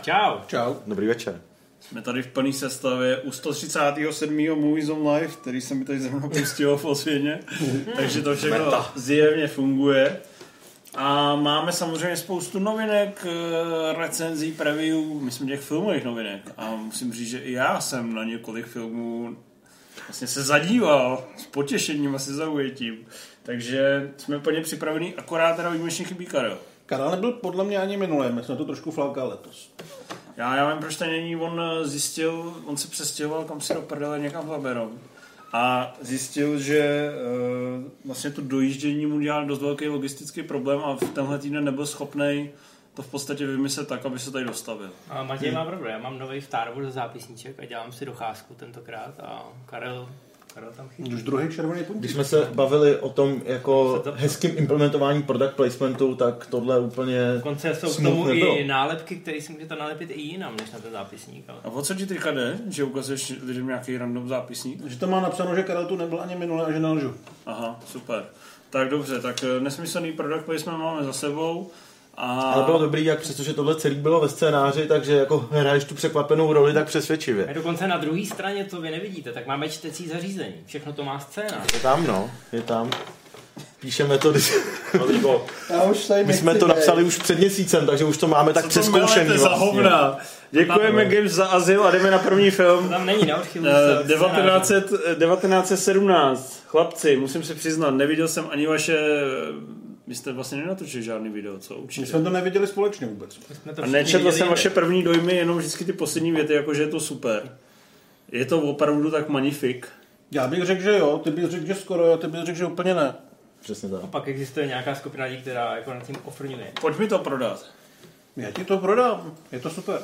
Čau. Čau. Dobrý večer. Jsme tady v plný sestavě u 137. Movies on Live, který se mi tady zrovna pustil v Osvěně, takže to všechno zjevně funguje. A máme samozřejmě spoustu novinek, recenzí, preview, myslím těch filmových novinek. A musím říct, že i já jsem na několik filmů vlastně se zadíval s potěšením a se zaujetím. Takže jsme plně připravení, akorát teda výjimečně chybí Karel. Karel nebyl podle mě ani minulé, my jsme to trošku flákali letos. Já vím, proč to není, on se přestěhoval kam si do prdele někam v Laberom. A zjistil, že vlastně to dojíždění mu dělal dost velký logistický problém a v tenhle týden nebyl schopnej to v podstatě vymyslet tak, aby se tady dostavil. A Matěj má problém, já mám nový Star Wars zápisníček a dělám si docházku tentokrát a Karel tam chybí. Už druhý červený puntík. Když jsme se bavili o tom jako hezkým implementování product placementu, tak tohle úplně dokonce jsou k tomu i nálepky, které si můžete nalepit i jinam, než na ten zápisník. Ale... A o co ti teďka jde? Že ukazuješ lidem nějaký random zápisník? Že to má napsáno, že Karel tu nebyl ani minule a že nelžu. Aha, super. Tak dobře, tak nesmyslný product placement máme za sebou. Ale bylo dobrý, jak přestože tohle celý bylo ve scénáři, takže jako hraješ tu překvapenou roli tak přesvědčivě. A dokonce na druhé straně, co vy nevidíte, tak máme čtecí zařízení. Všechno to má scénář. Je tam, no. Je tam. Píšeme to, my jsme to nechci napsali už před měsícem, takže už to máme tak přezkoušený vlastně. Za hovna. Děkujeme Games za azyl a jdeme na první film. To tam není na archivu. 1917. Chlapci, musím se přiznat, neviděl jsem ani vaše... Vy jste vlastně nenatočili žádný video, co určitě? My jsme to neviděli společně vůbec. A nečetl jsem vaše první dojmy, jenom vždycky ty poslední věty, jakože je to super. Je to opravdu tak magnifik. Já bych řekl, že jo, ty bys řekl, že skoro, a ty bys řekl, že úplně ne. Přesně tak. A pak existuje nějaká skupina lidí, která jako nad tím ofrňuje. Pojď mi to prodat. Já ti to prodám, je to super.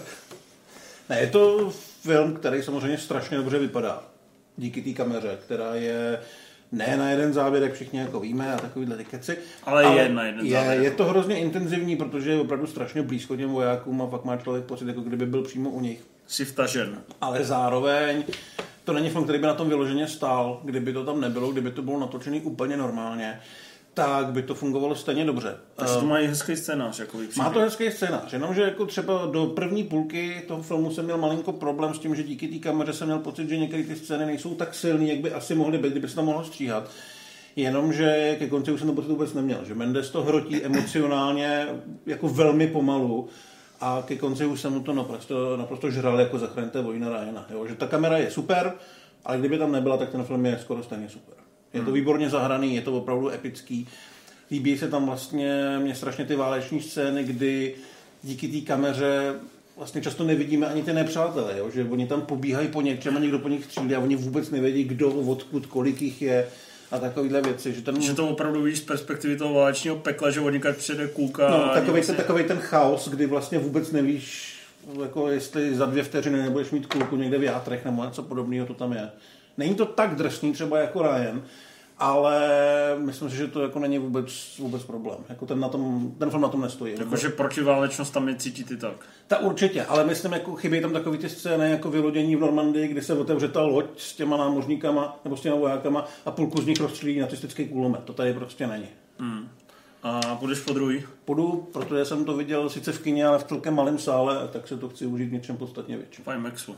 Ne, je to film, který samozřejmě strašně dobře vypadá. Díky té kameře, která je ne na jeden záběr, jak všichni jako víme a takovýhle ty keci. Ale je na jeden záběr. Je to hrozně intenzivní, protože je opravdu strašně blízko těm vojákům a pak má člověk pocit, jako kdyby byl přímo u nich. Si vtažen. Ale zároveň to není film, který by na tom vyloženě stál, kdyby to tam nebylo, kdyby to bylo natočený úplně normálně, tak by to fungovalo stejně dobře. Takže to má i hezký scénář. Má to hezký scénář, jenomže jako třeba do první půlky toho filmu jsem měl malinko problém s tím, že díky té kameře jsem měl pocit, že některé ty scény nejsou tak silný, jak by asi mohly být, kdyby se tam mohlo stříhat. Jenomže ke konci už jsem to pocit vůbec neměl, že Mendes to hrotí emocionálně jako velmi pomalu a ke konci už jsem mu to naprosto žral jako Zachraňte vojína Ryana. Jo? Že ta kamera je super, ale kdyby tam nebyla, tak ten film je skoro stejně super. Je to výborně zahraný, je to opravdu epický. Líbí se tam vlastně mě strašně ty váleční scény, kdy díky té kameře vlastně často nevidíme ani ty nepřátelé, jo? Že oni tam pobíhají po něčem a někdo po nich střílí a oni vůbec nevědí, kdo, odkud, kolik jich je a takovýhle věci. Že to opravdu víš z perspektivy toho válečního pekla, že odnikat přijede kůlka. No, takovej ten chaos, kdy vlastně vůbec nevíš, jako jestli za 2 vteřiny nebudeš mít kulku někde v játrech nebo něco podobného, to tam je. Není to tak drsný třeba jako Ryan, ale myslím si, že to jako není vůbec problém. Jako ten film na tom nestojí. Jakože protiválečnost tam je cítit i tak. Ta určitě, ale myslím, jako chybí tam takový ty scény jako vylodění v Normandii, kdy se otevře ta loď s těma námořníkama nebo s těma vojákama a půlku z nich rozstřílí nacistický kulomet. To tady prostě není. A půjdeš po druhý? Půjdu, protože jsem to viděl sice v kině, ale v celkem malém sále, tak se to chci užít něčem podstatně větším. V IMAXu.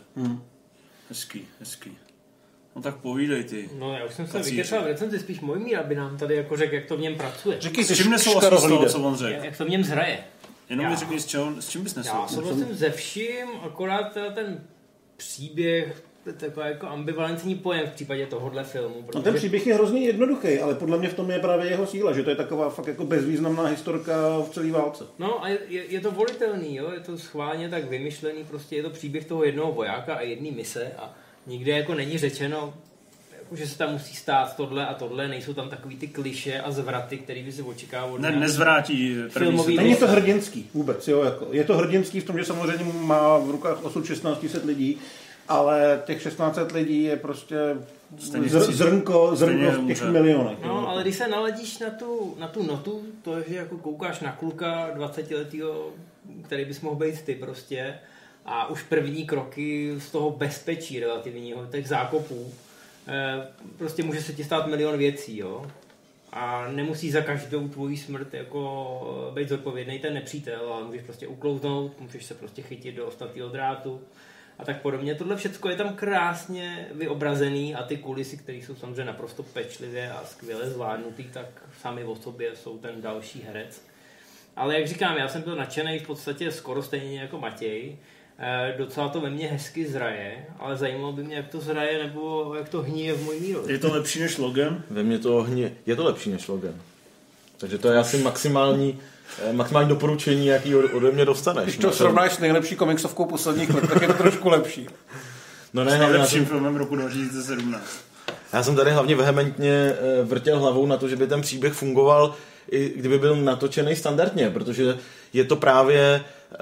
Hezký. No tak povídej ty. No já už jsem se vykecal v recenzi, spíš Mojmír, aby nám tady jako řekl, jak to v něm pracuje. Řekni si, s čím nesouhlasíš z toho, co on řekl? Jak to v něm zhraje. Jenom mi řekni, s čím bys nesouhlasil. Já souhlasím ze vším, akorát ten příběh, takový jako ambivalentní pojem v případě tohohle filmu. Protože... No ten příběh je hrozně jednoduchý, ale podle mě v tom je právě jeho síla, že to je taková fakt jako bezvýznamná historka v celé válce. No a je to volitelný, jo? Je to schválně tak vymyšlený, prostě je to příběh toho jednoho vojáka a jedné mise a nikde jako není řečeno, jako, že se tam musí stát tohle a tohle, nejsou tam takový ty kliše a zvraty, který by si očekával. Nezvrátí filmový. Není to hrdinský vůbec, jo, jako. Je to hrdinský v tom, že samozřejmě má v rukách osud 1600 lidí, ale těch 1600 lidí je prostě zrnko v těch milionech. No, ale když se naladíš na tu notu, to je, že jako koukáš na kluka 20letýho, který bys mohl být ty prostě, a už první kroky z toho bezpečí relativního, těch zákopů, prostě může se ti stát milion věcí, jo. a nemusí za každou tvoji smrt jako být zodpovědný ten nepřítel, ale můžeš prostě uklouznout, můžeš se prostě chytit do ostatního drátu a tak podobně. Tohle všechno je tam krásně vyobrazený a ty kulisy, které jsou samozřejmě naprosto pečlivě a skvěle zvládnutý, tak sami o sobě jsou ten další herec. Ale jak říkám, já jsem byl nadšený v podstatě skoro stejně jako Matěj. Docela to ve mně hezky zraje, ale zajímalo by mě, jak to zraje nebo jak to hníje v mojí míru. Je to lepší než Logan? Ve mně to hníje. Je to lepší než Logan. Takže to je asi maximální doporučení, jaký ode mě dostaneš. Když to srovnáš s nejlepší komiksovkou posledních let, tak je to trošku lepší. No ne, nejlepším filmem roku 2017. Já jsem tady hlavně vehementně vrtěl hlavou na to, že by ten příběh fungoval, i kdyby byl natočený standardně, protože je to právě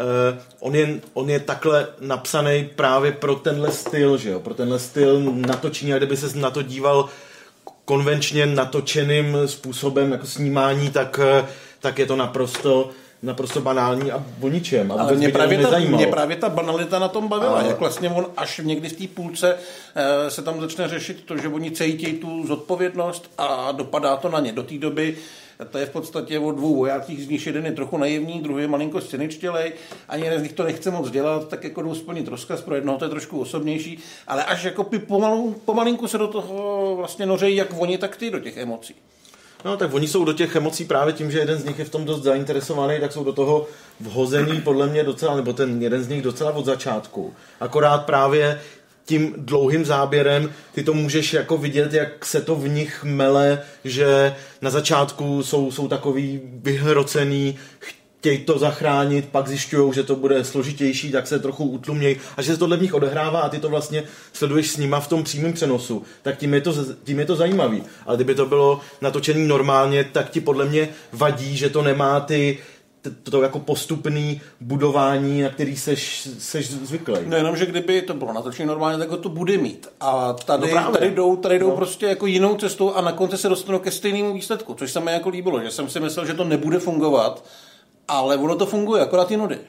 on je takhle napsaný právě pro tenhle styl, že jo? Pro tenhle styl natočení, a kdyby ses na to díval konvenčně natočeným způsobem jako snímání, tak je to naprosto banální a o ničem. A ale mě právě ta banalita na tom bavila. Jak vlastně on až někdy v té půlce se tam začne řešit to, že oni cítí tu zodpovědnost a dopadá to na ně. Do té doby to je v podstatě o dvou vojácích, z nich jeden je trochu naivní, druhý je malinko scéničtělej, ani jeden z nich to nechce moc dělat, tak jako jdou splnit rozkaz, pro jednoho to je trošku osobnější, ale až jako pomalinku se do toho vlastně nořejí jak oni, tak ty do těch emocí. No tak oni jsou do těch emocí právě tím, že jeden z nich je v tom dost zainteresovaný, tak jsou do toho vhozený podle mě docela, nebo ten jeden z nich docela od začátku. Akorát právě tím dlouhým záběrem ty to můžeš jako vidět, jak se to v nich mele, že na začátku jsou takový vyhrocený, chtějí to zachránit, pak zjišťujou, že to bude složitější, tak se trochu utlumějí a že se tohle v nich odehrává a ty to vlastně sleduješ s nima v tom přímém přenosu, tak tím je to zajímavý. Ale kdyby to bylo natočený normálně, tak ti podle mě vadí, že to nemá to jako postupný budování, na který seš zvyklý. No jenom, že kdyby to bylo natočené normálně, tak to bude mít. A tady jdou prostě jako jinou cestou a na konci se dostanou ke stejnému výsledku, což se mi jako líbilo, že jsem si myslel, že to nebude fungovat, ale ono to funguje, akorát ty nudy.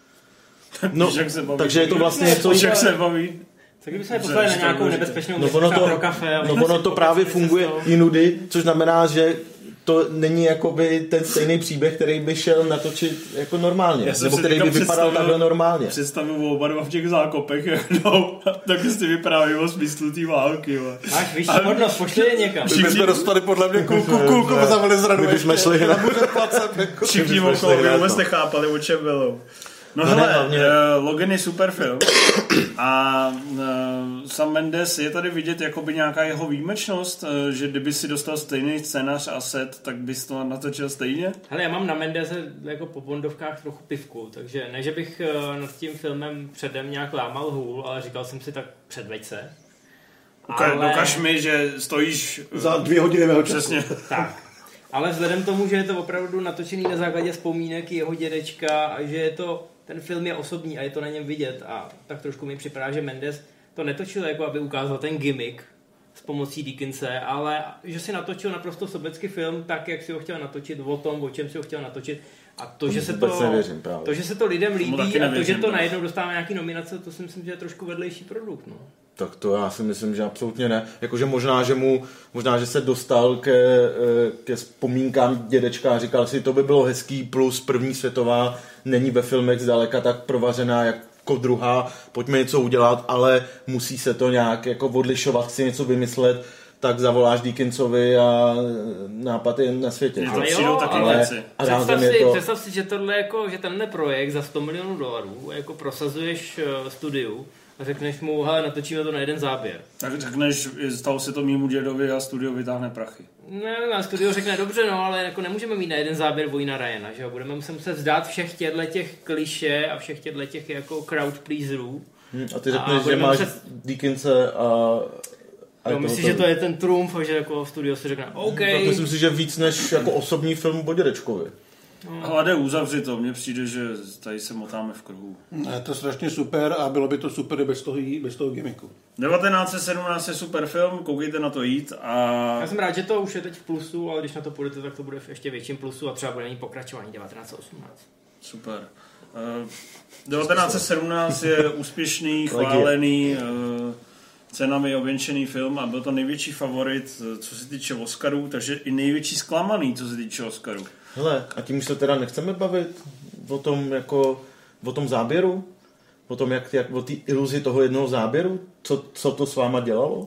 No, takže je to vlastně něco... Jak se baví? Tak kdyby se poslali na nějakou nebezpečnou pro kafe. Ono to právě funguje i nudy, což znamená, že to není jakoby ten stejný příběh, který by šel natočit jako normálně, nebo který by vypadal takhle normálně. Představuji oba dva v těch zákopech, tak si vypráví o smyslu té války. Máš vyšší hodnost, pošli je někam. My jsme dostali podle mě kulku zavili zradu. Kdybychom šli hrát. Všichni okolo by vůbec nechápali, o čem bylo. No hele, Logan je super film a Sam Mendes je tady vidět jakoby nějaká jeho výjimečnost, že kdyby si dostal stejný scénář a set, tak bys to natočil stejně? Hele, já mám na Mendese jako po bondovkách trochu pivku, takže ne, že bych nad tím filmem předem nějak lámal hůl, ale říkal jsem si tak předveď se. Dokaž mi, že stojíš za 2 hodiny mého času. Přesně. Tak. Ale vzhledem k tomu, že je to opravdu natočený na základě vzpomínek jeho dědečka a že je to, ten film je osobní a je to na něm vidět a tak trošku mi připadá, že Mendes to netočil jako aby ukázal ten gimmick s pomocí Dickinse, ale že si natočil naprosto sobecký film tak, jak si ho chtěl natočit, o tom, o čem si ho chtěl natočit a to, že se to lidem líbí a to, že to najednou dostává nějaký nominace, to si myslím, že je trošku vedlejší produkt. No. Tak to já si myslím, že absolutně ne. Jakože možná, že se dostal ke vzpomínkám dědečka a říkal si, to by bylo hezký, plus první světová není ve filmech zdaleka tak provařená jako druhá, pojďme něco udělat, ale musí se to nějak jako odlišovat, chci něco vymyslet, tak zavoláš Dickinsovi a nápad je na světě. Ale jo, představ si, že tohle jako, že tenhle projekt za $100 milionů jako prosazuješ studiu a řekneš mu, hele, natočíme to na jeden záběr. Tak řekneš, stalo se to mému dědovi a studio vytáhne prachy. Ne, studio řekne, dobře, no, ale jako nemůžeme mít na jeden záběr Vojna Ryana, že jo? Budeme se muset vzdát všech těch klišé a všech těch jako crowd pleaserů. A ty řekneš, že máš Dickinse a myslíš, že to je ten trumf a že jako studio si řekne, OK. Tak myslím si, že víc než jako osobní film o dědečkovi. Hlade, uzavři to, mně přijde, že tady se motáme v kruhu. Je to strašně super a bylo by to super bez toho gimmicku. 1917 je super film, koukejte na to jít a... Já jsem rád, že to už je teď v plusu, ale když na to půjdete, tak to bude v ještě větším plusu a třeba bude mít pokračování 1918. Super. 1917 je úspěšný, chválený, cenami ověnčený film a byl to největší favorit, co se týče Oscarů, takže i největší zklamaný, co se týče Oscarů. Hele, a tím už se teda nechceme bavit o tom záběru? O tom, jak o té iluzi toho jednoho záběru? Co to s váma dělalo?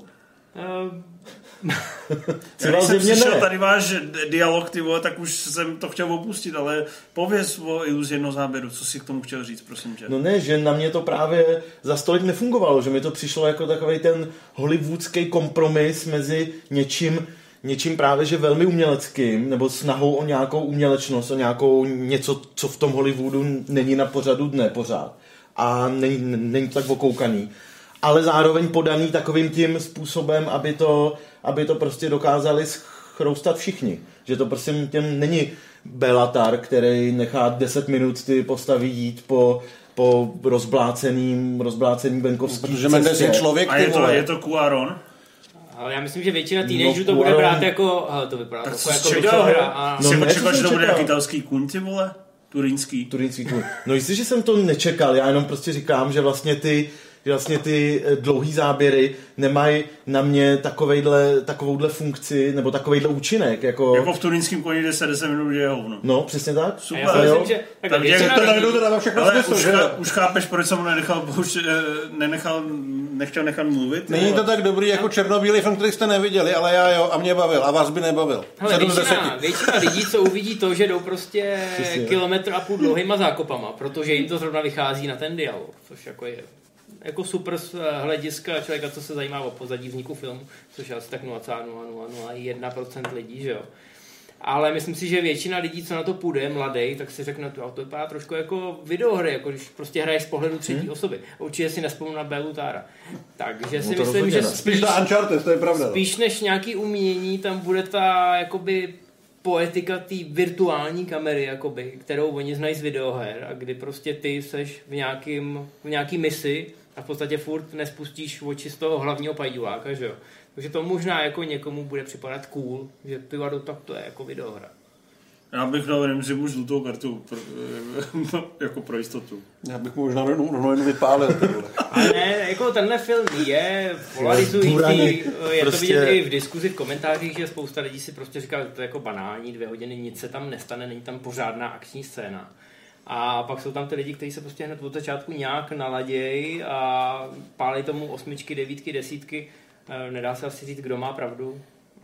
Když jsem slyšel tady váš dialog, ty vole, tak už jsem to chtěl opustit, ale pověz o iluzi jednoho záběru, co jsi k tomu chtěl říct, prosím tě. No ne, že na mě to právě za stolik nefungovalo, že mi to přišlo jako takovej ten hollywoodský kompromis mezi něčím právě, že velmi uměleckým, nebo snahou o nějakou umělečnost, o něco, co v tom Hollywoodu není na pořadu dne pořád. A není to tak okoukaný. Ale zároveň podaný takovým tím způsobem, aby to prostě dokázali schroustat všichni. Že to prostě těm není Bellatar, který nechá 10 minut ty postavy jít po rozbláceným venkovským Protože Mendes je člověk, a je to Cuarón? Ale já myslím, že většina teenagerů to bude brát jako, to vypadá jako videohra. Jsi očekal, že to bude jak italský kůň, ty vole? Turínský kůň. No jistě, že jsem to nečekal, já jenom prostě říkám, že vlastně ty dlouhý záběry nemají na mě takovouhle funkci nebo takovejhle účinek. Jako v Turínským koni 10 minut je hovno. No, přesně tak. Super. Já myslím, že už chápeš, proč jsem nechtěl nechat mluvit. Není to tak dobrý jako černobílý film, který jste neviděli, ale já jo, a mě bavil, a vás by nebavil. Hele, většina lidí, co uvidí to, že jdou prostě 1,5 kilometr dlouhýma zákopama, protože jim to zrovna vychází na ten dialog, což jako je jako super z hlediska člověka, co se zajímá o pozadí vzniku filmu, což je asi tak 0,0001% lidí, že jo. Ale myslím si, že většina lidí, co na to půjde, mladej, tak si řekne, to vypadá trošku jako videohry, jako když prostě hraješ z pohledu třetí osoby. Určitě si nespomenu na Bellutara. Takže si myslím, že spíš na Uncharted, to je pravda. Spíš než nějaký umění, tam bude ta jakoby poetika té virtuální kamery, jakoby, kterou oni znají z videoher a kdy prostě ty seš v nějaký misi a v podstatě furt nespustíš oči z toho hlavního pajďuláka, že jo. Takže to možná jako někomu bude připadat cool, že tak to je jako videohra. Já bych dal Remzimu žlutou kartu jako pro jistotu. Já bych možná jen vypálil. Ale ne, jako tenhle film je polarizující, je to vidět i v diskuzi, v komentářích, že spousta lidí si prostě říká, že to je jako banální, 2 hodiny, nic se tam nestane, není tam pořádná akční scéna. A pak jsou tam ty lidi, kteří se prostě hned od začátku nějak naladějí a pálí tomu 8, 9, 10. Nedá se asi říct, kdo má pravdu.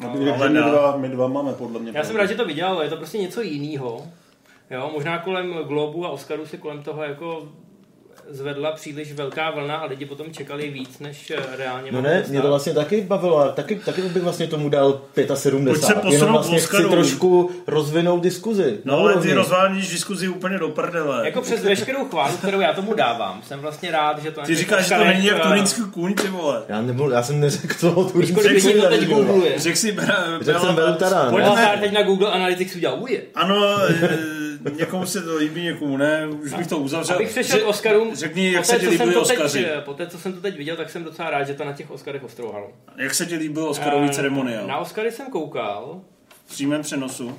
My dva máme podle mě. Já jsem rád, že to viděl, ale je to prostě něco jiného. Jo, možná kolem Globu a Oscaru se kolem toho jako zvedla příliš velká vlna a lidi potom čekali víc, než reálně. No ne, mě to vlastně taky bavilo a taky bych vlastně tomu dal 75. Jenom vlastně chci trošku rozvinout diskuzi. No ale ty rozváníš diskuzi úplně do prdele. Jako přes veškerou chválu, kterou já tomu dávám. Jsem vlastně rád, že to... Ty říkáš, že to není jak Turínský kůň, ty vole. Já jsem neřekl toho Turínský kůň. Řekl to teď googluje. Řekl jsem Bellutara. Pojďme teď na Google Analytics udělal uje. Ano, někomu se to líbí, někomu ne, už bych to uzavřel. Abych přešel k Oscarům, řekni, jak se ti líbily Oscary. Poté, co jsem to teď viděl, tak jsem docela rád, že to na těch Oscarech ostrouhalo. Jak se ti líbil Oscarový ceremoniál? Na Oscary jsem koukal. V přímém přenosu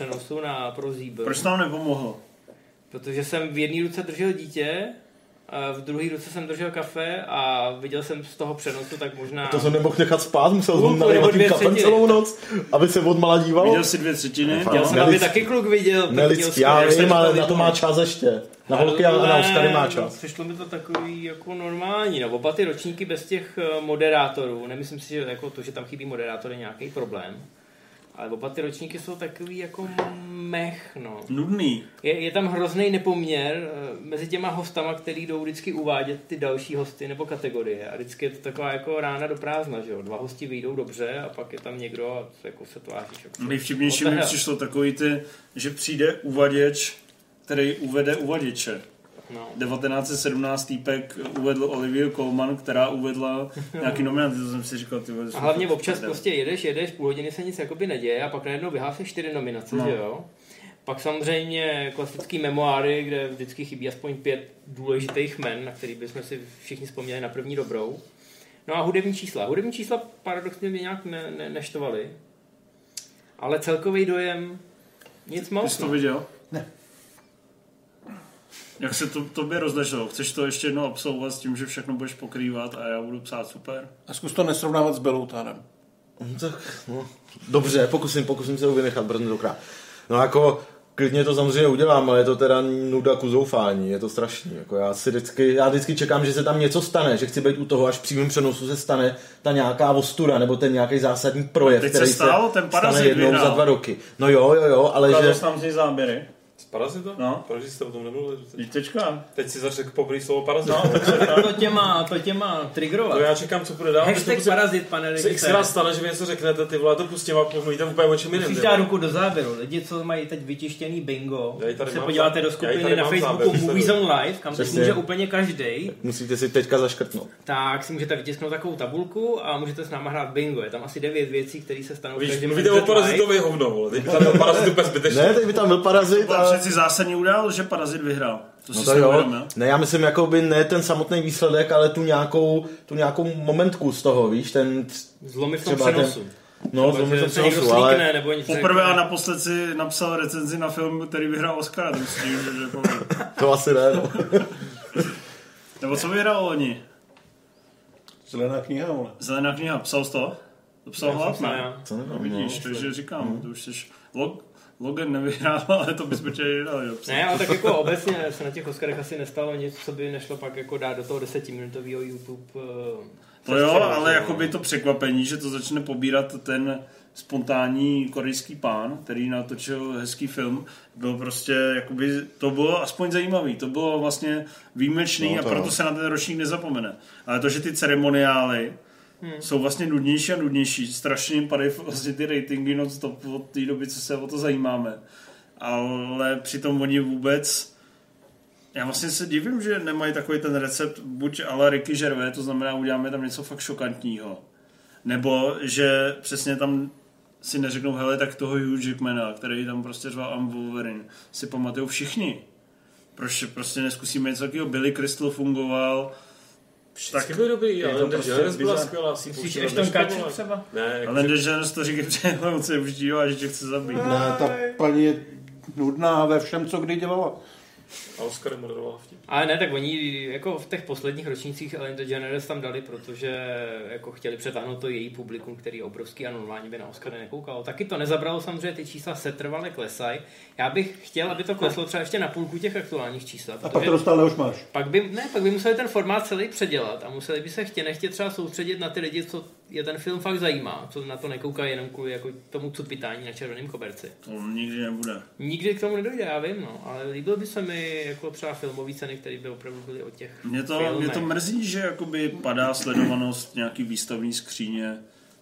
na ProSieben. Proč nám nepomohlo? Protože jsem v jedné ruce držel dítě, v druhé ruce jsem držel kafe a viděl jsem z toho přenosu, tak možná... To jsem nemohl nechat spát, musel jsem nalévat tím kafem celou noc, aby se odmala díval. Viděl si 2/3. Chtěl jsem, aby taky kluk viděl. Nelidský, já vím, ale na to má čas ještě. Na holky a na Oscary má čas. Přišlo mi to takový jako normální. No, oba ty ročníky bez těch moderátorů, nemyslím si, že jako to, že tam chybí moderátor, je nějaký problém. Ale oba ty ročníky jsou takový jako mech, no. Nudný. Je tam hrozný nepoměr mezi těma hostama, který jdou vždycky uvádět ty další hosty nebo kategorie. A vždycky je to taková jako rána do prázdna, že jo. 2 hosti vyjdou dobře a pak je tam někdo a jako se tváříš. Nejvtipnější mi přišlo takový ty, že přijde uvaděč, který uvede uvaděče. No. 1917 týpek uvedl Olivia Colman, která uvedla nějaký nominaci, to jsem si říkal. A hlavně občas prostě jedeš, půl hodiny se nic jakoby neděje a pak najednou vyhlásíš 4 nominace, že jo? Pak samozřejmě klasický memoáry, kde vždycky chybí aspoň 5 důležitých jmen, na který bychom si všichni vzpomněli na první dobrou. No a hudební čísla. Hudební čísla paradoxně mě nějak neštovaly. Ale celkový dojem nic moc. Jsi to viděl? Ne. Jak se to tobě rozleželo? Chceš to ještě jednou absolvovat s tím, že všechno budeš pokrývat a já budu psát super? A zkus to nesrovnávat s Beloutárem. Tak, no, dobře, pokusím se ho vynechat tentokrát. No jako, klidně to samozřejmě udělám, ale je to teda nuda ku zoufání, je to strašný. Jako já vždycky čekám, že se tam něco stane, že chci být u toho, až v přímém přenosu se stane ta nějaká ostuda, nebo ten nějaký zásadní projev, teď který se stane jednou za 2 roky. No jo, ale že... že... tam z něj záběry. Z Parazita? No. Proč jste o tom nemluvili? Teď si zařekl poprvé slovo Parazit. No, to tě má triggerovat. To já čekám, co bude dál. Hashtag Parazit, pane režisér. Se xkrát stane, že mi něco řeknete, ty vole, to pustím a mluvíte úplně o čem jiném. Musíš dát ruku do záběru. Lidi, co mají teď vytištěný bingo, se podíváte do skupiny na Facebooku Movies on Live, kam teď může úplně každej. Musíte si teďka zaškrtnout. Tak si můžete vytisknout takovou tabulku a můžete s náma hrát bingo. Je tam asi 9 věcí, které se stanou. Víš, mluvíte o Parazitovi hovno, vole. Teď by tam byl Parazit úplně zbytečný. Ne, teď by tam byl Parazit. To byl přeci zásadní udál, že Parazit vyhrál. To no to jo. Ne, já myslím jakoby ne ten samotný výsledek, ale tu nějakou momentku z toho, víš, ten zlomy v tom přenosu. No, zlomy v tom přenosu, ale nebo poprvé a naposled si napsal recenzi na film, který vyhrál Oscara, to asi ne, no. Nebo co vyhrál oni? Zelená kniha, ale. Zelená kniha, psal jsi to? To psal hlav, ne? No, vidíš, takže říkám, to už jsi... Logan nevyhrál, ale to bys určitě nedal. Ne, ale tak jako obecně se na těch Oscarech asi nestalo nic, co by nešlo pak jako dát do toho 10minutového YouTube. To jo, ale jako by to překvapení, že to začne pobírat ten spontánní korejský pán, který natočil hezký film, byl prostě, jakoby, to bylo aspoň zajímavý, to bylo vlastně výjimečný a proto se na ten ročník nezapomene. Ale to, že ty ceremoniály jsou vlastně nudnější a nudnější. Strašně jim padají vlastně ty ratingy non-stop od té doby, co se o to zajímáme. Ale přitom oni vůbec... Já vlastně se divím, že nemají takový ten recept buď ale Ricky Gervais, to znamená uděláme tam něco fakt šokantního. Nebo že přesně tam si neřeknou, hele, tak toho Hugh Jackmana, který tam prostě řval Wolverine, si pamatují všichni. Proč prostě neskusíme něco takového? Billy Crystal fungoval. Vždycky byl dobrý, ale Ellen DeGeneres byla skvělá. Myslíš Ashton Kutcher třeba? Ne, Ellen DeGeneres to říká přehlednout se už díva, že tě chce zabít. Ne, ta paní je nudná ve všem, co kdy dělala. A Oscar moderovala vtip. Ale ne, tak oni jako v těch posledních ročnících Ellen DeGeneres tam dali, protože jako chtěli přetáhnout to její publikum, který je obrovský a normálně by na Oscary nekoukalo. Taky to nezabralo, samozřejmě ty čísla setrvale klesají. Já bych chtěl, aby to kleslo třeba ještě na půlku těch aktuálních čísel. A pak to dostal už máš. Pak by museli ten formát celý předělat a museli by se nechtě třeba soustředit na ty lidi, co je ten film fakt zajímá, co na to nekoukají jenom kvůli jako tomu cupitání na červeném koberci. To nikdy nebude. Nikdy k tomu nedojde, já vím, no, ale líbilo by se mi jako třeba filmové ceny, které by opravdu byly od těch Mě to mrzí, že jakoby padá sledovanost nějaký výstavní skříně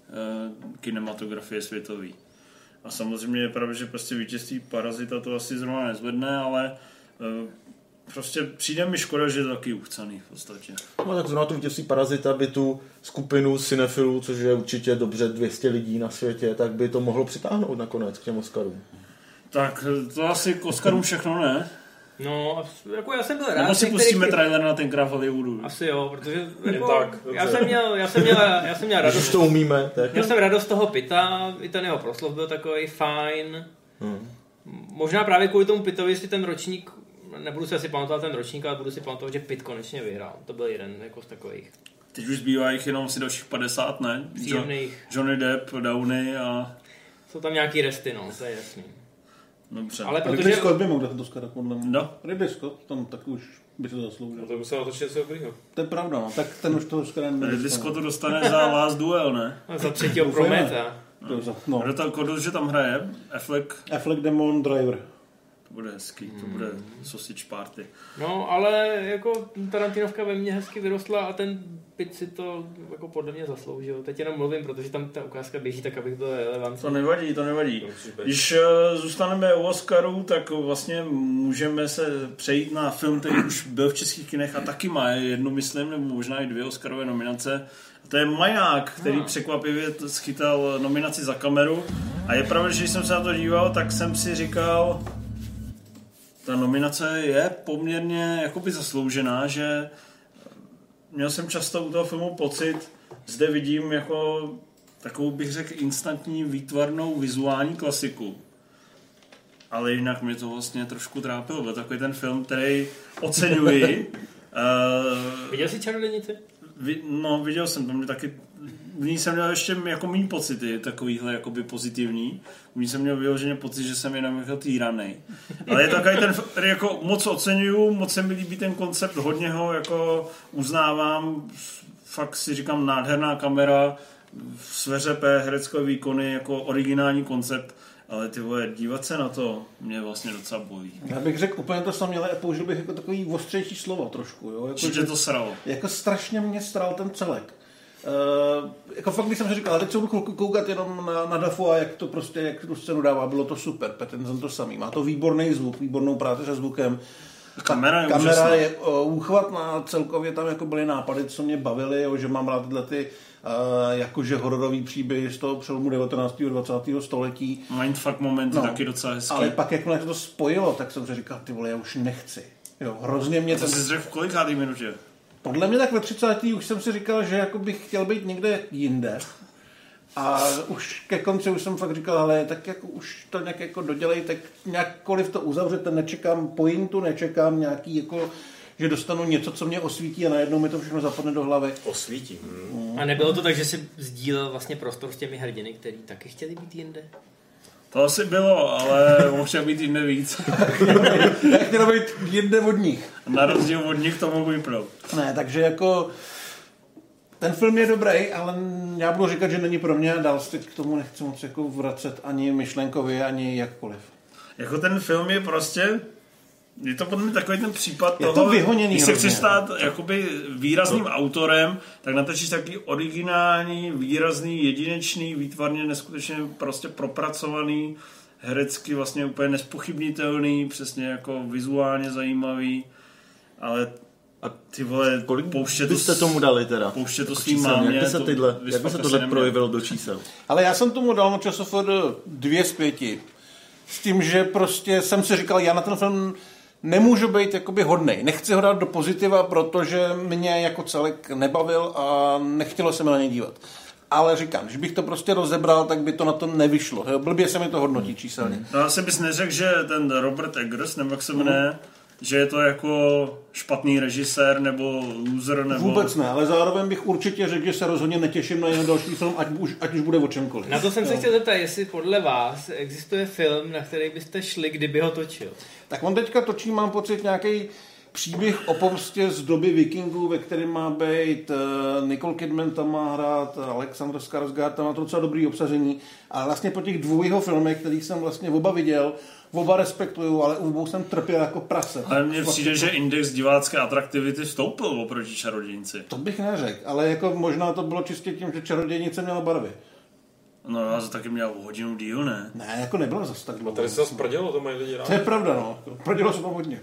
kinematografie světový. A samozřejmě je pravda, že prostě vítězství Parazita to asi zrovna nezvedne, ale prostě přijde mi škoda, že je to taky uchcaný v podstatě. No tak zrovna to vítězství Parazita by tu skupinu cinefilů, což je určitě dobře 200 lidí na světě, tak by to mohlo přitáhnout nakonec k těm Oscarům. Tak to asi k Oscarům všechno ne? No, jako já jsem byl rád. Nebo si pustíme trailer na ten krát v Hollywoodu. Asi jo, protože jako, tak, já jsem měl radost. Když to umíme, tak. Měl jsem radost toho Pita, i ten jeho proslov byl takový fajn. Možná právě kvůli tomu Pitovi, jestli ten ročník, nebudu si asi pamatovat ten ročník, ale budu si pamatovat, že Pitt konečně vyhrál. To byl jeden jako z takových. Teď už zbývá jich jenom asi dalších 50, ne? Johnny Depp, Downey a... Jsou tam nějaký resty, no, to je jasný. Dobře. Ale protože... Ridley Scott by mohl dát Oscara, podle mě. No. Ridley Scott, tam tak už by to zasloužil. No to musel natočit něco dobrýho. To je pravda, no. Tak ten už to Oscara nedostane. Ridley Scott to dostane za Last Duel, ne? Za třetího Prometa. No. Kdo že tam hraje? Affleck Demon Driver. To bude hezký, to bude sausage party. No, ale jako Tarantinovka ve mně hezky vyrostla a ten Pitt si to jako podle mě zasloužil. Teď jenom mluvím, protože tam ta ukázka běží, tak abych byl relevantní. To nevadí. Když zůstaneme u Oscaru, tak vlastně můžeme se přejít na film, který už byl v českých kinech a taky má jednu, myslím, nebo možná i 2 Oscarové nominace. A to je Maják, který překvapivě schytal nominaci za kameru. A je pravda, že když jsem se na to díval, tak jsem si říkal, ta nominace je poměrně jakoby zasloužená, že měl jsem často u toho filmu pocit, zde vidím jako takovou, bych řekl, instantní výtvarnou vizuální klasiku. ale jinak mě to vlastně trošku trápilo. Byl takový ten film, který oceňuji. Viděl jsi Čarodějnici? No, viděl jsem, to mě taky... V ní jsem měl ještě jako méně pocity, takovýhle jakoby pozitivní. V ní jsem měl vyloženě pocit, že jsem jenom jako týranej. Ale je takový ten, který jako moc oceňuju, moc se mi líbí ten koncept, hodně ho jako uznávám. Fakt si říkám, nádherná kamera, sveřepé herecké výkony, jako originální koncept. Ale ty vole, dívat se na to mě vlastně docela bolí. Já bych řekl úplně to samé, ale použil bych jako takový ostřejší slovo trošku. Jo? Jako, že to sralo. Jako strašně mě sral ten celek. Jako fakt bych jsem si říkal, ale teď se budu koukat jenom na Dafu a jak to prostě, jak tu scénu dává, bylo to super, Pattinson to samý. Má to výborný zvuk, výbornou práci se zvukem. Kamera je úchvatná, celkově tam jako byly nápady, co mě bavily, jo, že mám rád tyhle ty jakože hororový příběhy z toho přelomu 19. a 20. století. Mindfuck momenty taky docela hezký. Ale pak jak to spojilo, tak jsem si říkal, ty vole, já už nechci. Jo, hrozně mě to jsi řekl v kolikátý minutě? Podle mě tak ve 30. už jsem si říkal, že jako bych chtěl být někde jinde. A už ke konci už jsem fakt říkal, ale tak jako už to nějak jako dodělej, tak nějakkoliv to uzavřete, nečekám pointu, nečekám nějaký jako, že dostanu něco, co mě osvítí a najednou mi to všechno zapadne do hlavy. Osvítí. A nebylo to tak, že jsi sdílel vlastně prostor s těmi hrdiny, který taky chtěli být jinde? To asi bylo, ale mohl být jinde víc. Já chtěl být jinde od nich. Na rozdíl od nich to mohu vypnout. Ne, takže jako ten film je dobrý, ale já budu říkat, že není pro mě a dál se k tomu nechci moc jako vracet ani myšlenkově, ani jakkoliv. Jako ten film je prostě... Je to podle mě takový ten případ je toho, to vyhoněný když se chceš stát jakoby výrazným autorem, tak natočíš taky originální, výrazný, jedinečný, výtvarně neskutečně prostě propracovaný, herecky vlastně úplně nespochybnitelný, přesně jako vizuálně zajímavý, ale a ty vole, kolik byste tomu dali teda? Pouště to svým mámě. Jak by se tohle projevilo do čísel? Ale já jsem tomu dal na časofod 2 z 5. S tím, že prostě jsem si říkal, já na ten film nemůžu být jakoby hodnej. Nechci ho dát do pozitiva, protože mě jako celek nebavil a nechtělo se mi na něj dívat. Ale říkám, když bych to prostě rozebral, tak by to na to nevyšlo. Blbě se mi to hodnotí číselně. No asi bys neřekl, že ten Robert Eggers, nebo jak se jmenuje, že je to jako špatný režisér nebo loser, nebo... Vůbec ne, ale zároveň bych určitě řekl, že se rozhodně netěším na jeho další film, ať už bude o čemkoliv. Na to jsem se chtěl zeptat, jestli podle vás existuje film, na který byste šli, kdyby ho točil. Tak on teďka točí, mám pocit, nějaký příběh o pomstě z doby vikingů, ve kterém má být Nicole Kidman tam má hrát, Alexander Skarsgård tam má to docela dobrý obsazení. A vlastně po těch 2 jeho filmech, kterých jsem vlastně oba viděl, oba respektuju, ale obou jsem trpěl jako prase. Ale mně přijde, že index divácké atraktivity vstoupil oproti Čarodějnici. To bych neřekl, ale jako možná to bylo čistě tím, že Čarodějnice měla barvy. No já to taky měl hodinu díl, ne? Ne, jako nebylo zase tak dlouho. Tady se zase prodělo, to mají lidi rád. To je pravda, no. Prodělo se to hodně.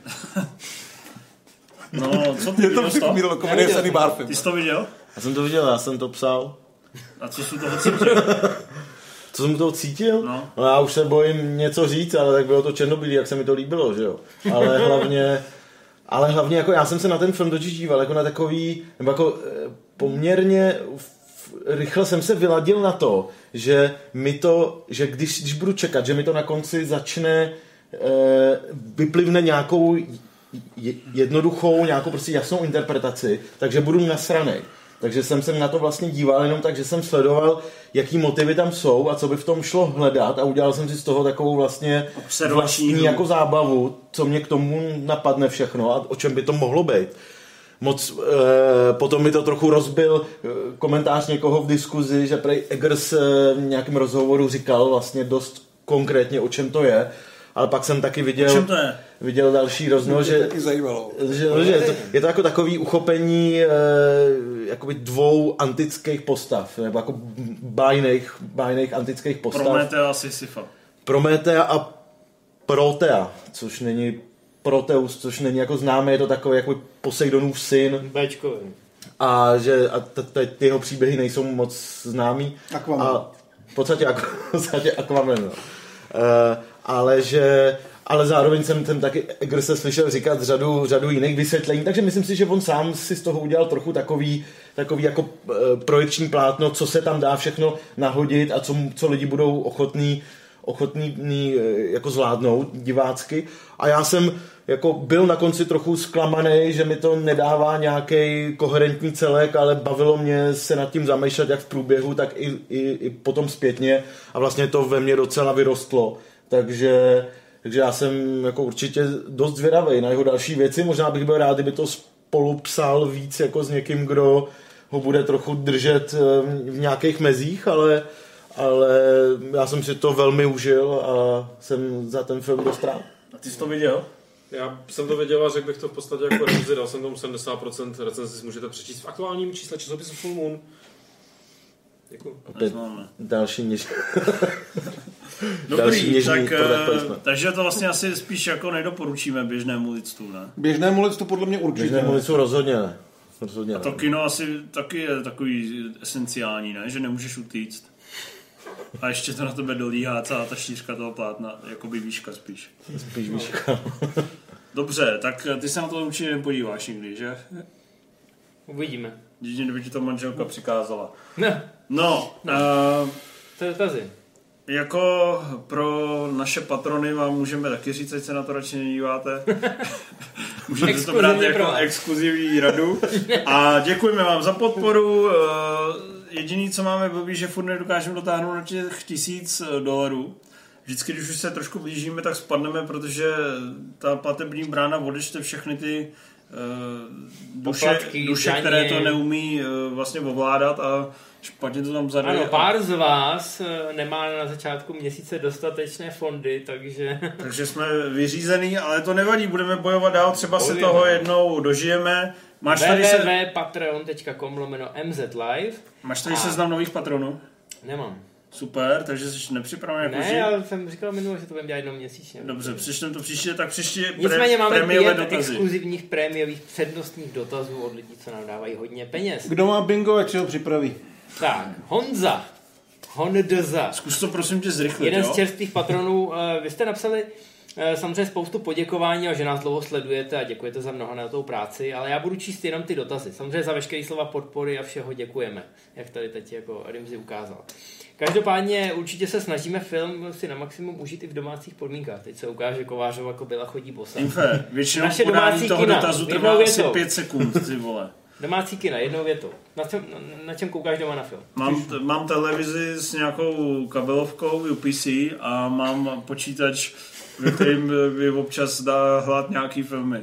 No, co ty viděl to? Ty jsi to viděl? Já jsem to viděl, já jsem to psal. A co jsi toho cítil? Co jsem toho cítil? No, já už se bojím něco říct, ale tak bylo to černobílý, jak se mi to líbilo, že jo. Ale hlavně jako já jsem se na ten film totiž díval jako na takový, nebo jako poměrně rychle jsem se vyladil na to, že že když budu čekat, že mi to na konci začne vyplivne nějakou jednoduchou, nějakou prostě jasnou interpretaci, takže budu nasranej. Takže jsem se na to vlastně díval jenom tak, že jsem sledoval, jaký motivy tam jsou a co by v tom šlo hledat a udělal jsem si z toho takovou vlastně vlastní jako zábavu, co mě k tomu napadne všechno a o čem by to mohlo být. Potom mi to trochu rozbil komentář někoho v diskuzi, že prej Eggers v nějakém rozhovoru říkal vlastně dost konkrétně, o čem to je. Ale pak jsem taky viděl další roznos, že je to jako takový uchopení jakoby 2 antických postav, nebo jako bájných antických postav. Prometea a Sisyfa. Prometea a Protea, což není Proteus, což není jako známé, je to takový jako Poseidonův syn. Bčkový. A ty jeho příběhy nejsou moc známý. Aquaman. V podstatě Aquaman, no. Ale zároveň jsem taky Eggerse slyšel říkat řadu jiných vysvětlení, takže myslím si, že on sám si z toho udělal trochu takový jako projekční plátno, co se tam dá všechno nahodit a co lidi budou ochotný jako zvládnout divácky. A já jsem jako byl na konci trochu zklamaný, že mi to nedává nějaký koherentní celek, ale bavilo mě se nad tím zamýšlet jak v průběhu, tak i potom zpětně a vlastně to ve mně docela vyrostlo. Takže já jsem jako určitě dost zvědavý na jeho další věci. Možná bych byl rád, kdyby to spolu psal víc jako s někým, kdo ho bude trochu držet v nějakých mezích, ale já jsem si to velmi užil a jsem za ten film dost rád. A ty jsi to viděl? Já jsem to věděl a řekl bych to v podstatě jako recenzi, dal jsem tomu 70%, recenzi si můžete přečíst v aktuálním čísle časopisu Full Moon. Děkuju. Opět další niž. Dobrý, takže to vlastně asi spíš jako nedoporučíme běžnému lidstvu, ne? Běžnému lidstvu podle mě určitě. Běžnému lidstvu rozhodně ne. A to kino asi taky je takový esenciální, ne? Že nemůžeš utíct. A ještě to na tebe dolíhá celá ta šířka toho plátna, jakoby výška spíš. Spíš výška. Dobře, tak ty se na to určitě nepodíváš nikdy, že? Uvidíme. Jedině, kdyby ti to manželka přikázala. Ne. No. To je dotazy. Jako pro naše patrony vám můžeme taky říct, ať se na to radši nedíváte. Můžete to brát jako exkluzivní radu. A děkujeme vám za podporu. Jediný, co máme blbý, že furt nedokážeme dotáhnout na těch $1000. Vždycky, když už se trošku blížíme, tak spadneme, protože ta platební brána odečte všechny ty duše, které to neumí vlastně ovládat a špatně to tam zaduje. Ano, pár z vás nemá na začátku měsíce dostatečné fondy, takže... Takže jsme vyřízený, ale to nevadí, budeme bojovat dál, třeba se toho jednou dožijeme. Máš tady www.patreon.com/mzlive. Máš tady seznam nových patronů? Nemám. Super, takže jsi nepřipravený jako Ne, ale jsem říkal minule, že to budeme dělat jednou měsíčně. Dobře, přečtem to příště, tak příště nicméně máme 5 exkluzivních prémiových přednostních dotazů od lidí, co nám dávají hodně peněz. Kdo má bingo, ať si ho připraví. Tak, Honza. Zkus to prosím tě zrychlit, jeden z čerstvých patronů. Vy jste napsali samozřejmě spoustu poděkování a že nás dlouho sledujete a děkujete za mnohanátou práci, ale já budu číst jenom ty dotazy. Samozřejmě za veškeré slova podpory a všeho děkujeme, jak tady teď jako Rimzi ukázal. Každopádně určitě se snažíme film si na maximum užít i v domácích podmínkách. Teď se ukáže Kovářova kobila chodí bosa. Infé, většinou podání toho dotazu trvá asi 5 sekund, ty vole. Domácí kina, jednou větou. Na čem koukáš doma na film? Mám televizi s nějakou kabelovkou UPC a mám počítač, ve kterým mi občas dá hlad nějaký filmy.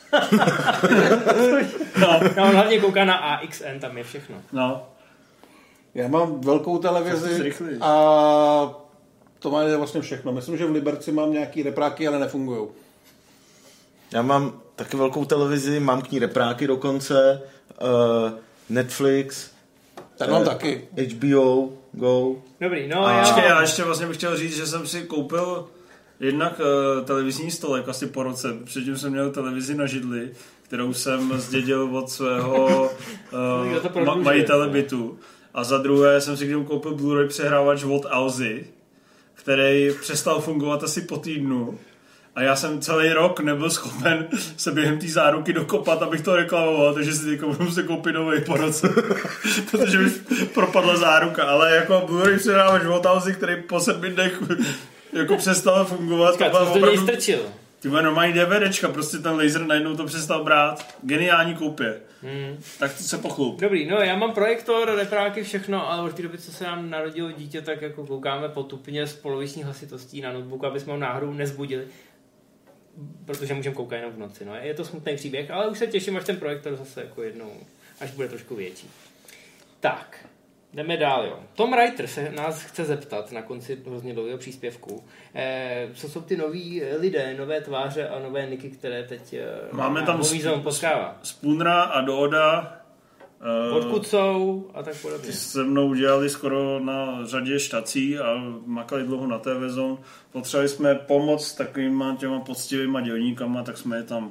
No, on hlavně kouká na AXN, tam je všechno. No. Já mám velkou televizi a to má vlastně všechno. Myslím, že v Liberci mám nějaký repráky, ale nefungujou. Já mám taky velkou televizi, mám k ní repráky dokonce, Netflix, tak mám taky. HBO, Go. Dobrý, no já ještě vlastně bych chtěl říct, že jsem si koupil jednak televizní stolek asi po roce. Předtím jsem měl televizi na židli, kterou jsem zdědil od svého majitele bytu. A za druhé jsem si k němu koupil Blu-ray přehrávač od Alzy, který přestal fungovat asi po týdnu. A já jsem celý rok nebyl schopen se během té záruky dokopat, abych to reklamoval, takže si teďka budu muset koupit nový po roce, protože mi propadla záruka. Ale jako Blu-ray přehrávač od Alzy, který po 7 dnech jako přestal fungovat. Co jsi do něj strčil? Ty má normální DVDčka, prostě ten laser najednou to přestal brát. Geniální koupě. Tak to se pochlup. Dobrý, no já mám projektor, repráky, všechno, ale od té doby, co se nám narodilo dítě, tak jako koukáme potupně s poloviční hlasitostí na notebooku, aby jsme ho náhodou nezbudili. Protože můžeme koukat jenom v noci. No. Je to smutný příběh, ale už se těším, až ten projektor zase jako jednou, až bude trošku větší. Tak, jdeme dál, jo. Tom Reiter se nás chce zeptat na konci hrozně dlouhého příspěvku. Co jsou ty noví lidé, nové tváře a nové niky, které teď máme tam potkává? Spoonera a Dooda. Odkud jsou a tak podobně. Ty se mnou dělali skoro na řadě štací a makali dlouho na TV Zone. Potřebovali jsme pomoc s takovýma těma poctivýma dělníkama, tak jsme je tam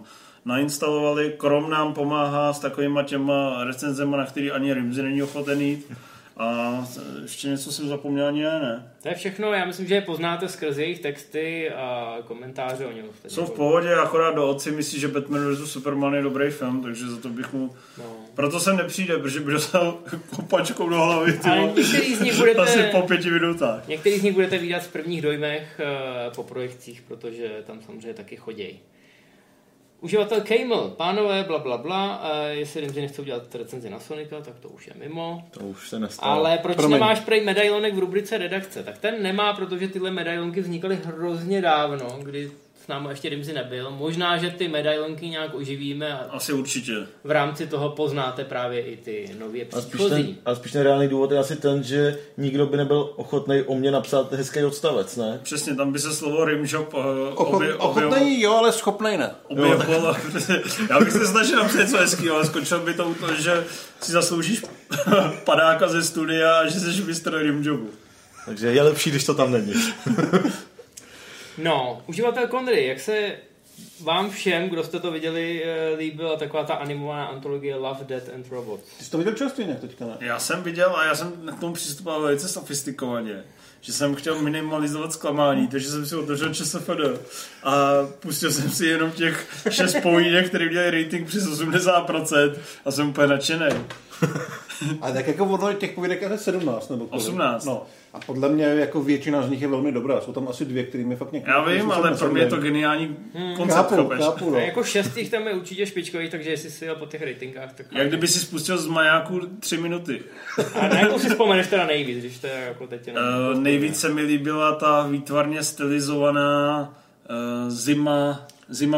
nainstalovali. Krom nám pomáhá s takovýma těma recenzema, na který ani Rimzi není ochoten jít. A ještě něco jsem zapomněl, ani ne. To je všechno, já myslím, že je poznáte skrz jejich texty a komentáře o něm. Jsou v pohodě, akorát do otci myslí, že Batman vs. Superman je dobrý film, takže za to bych mu... No. Proto sem nepřijde, protože by dostal kopačkou do hlavy. Ale některý z nich budete... Asi po 5 minutách. Některý z nich budete vidět v prvních dojmech po projekcích, protože tam samozřejmě taky chodějí. Uživatel Camel, pánové, blablabla, jestli Rimzi nechce udělat recenzi na Sonika, tak to už je mimo. To už se nestalo. Ale proč nemáš prej medailonek v rubrice redakce? Tak ten nemá, protože tyhle medailonky vznikaly hrozně dávno, kdy s námi ještě Rimzi nebyl. Možná, že ty medailonky nějak oživíme. A asi určitě. V rámci toho poznáte právě i ty nově příchozí. Ale spíš ten reálný důvod je asi ten, že nikdo by nebyl ochotný o mě napsat hezký odstavec, ne? Přesně, tam by se slovo Rimshop ochotný jo, ale schopnej ne. Já bych se snažil napsat něco hezkýho, ale skončil by to, že si zasloužíš padáka ze studia a že jsi mistr Rimjobu. Takže je lepší, když to tam není. No, uživatel Connery, jak se vám všem, kdo jste to viděli, líbila taková ta animovaná antologie Love, Death and Robots? Ty jsi to viděl čerstvě nějak teďka, ne? Já jsem viděl a já jsem k tomu přistupoval velice sofistikovaně. Že jsem chtěl minimalizovat zklamání, takže jsem si otevřel ČSFD a pustil jsem si jenom těch 6 povídek, které měly rating přes 80% a jsem úplně nadšený. A tak jako ono těch povídek je 17 nebo 18. No. A podle mě jako většina z nich je velmi dobrá. Jsou tam asi 2, které mi fakt někdy... Já vím, ale pro mě je to geniální koncept. Chápu, no. Jako 6 jich tam je určitě špičkových, takže jestli si jel po těch ratingách, tak... Jak kdyby si spustil z majáku 3 minuty. A na jakou si vzpomeneš teda nejvíc, když to je jako teď... Nejvíc se mi líbila ta výtvarně stylizovaná Zima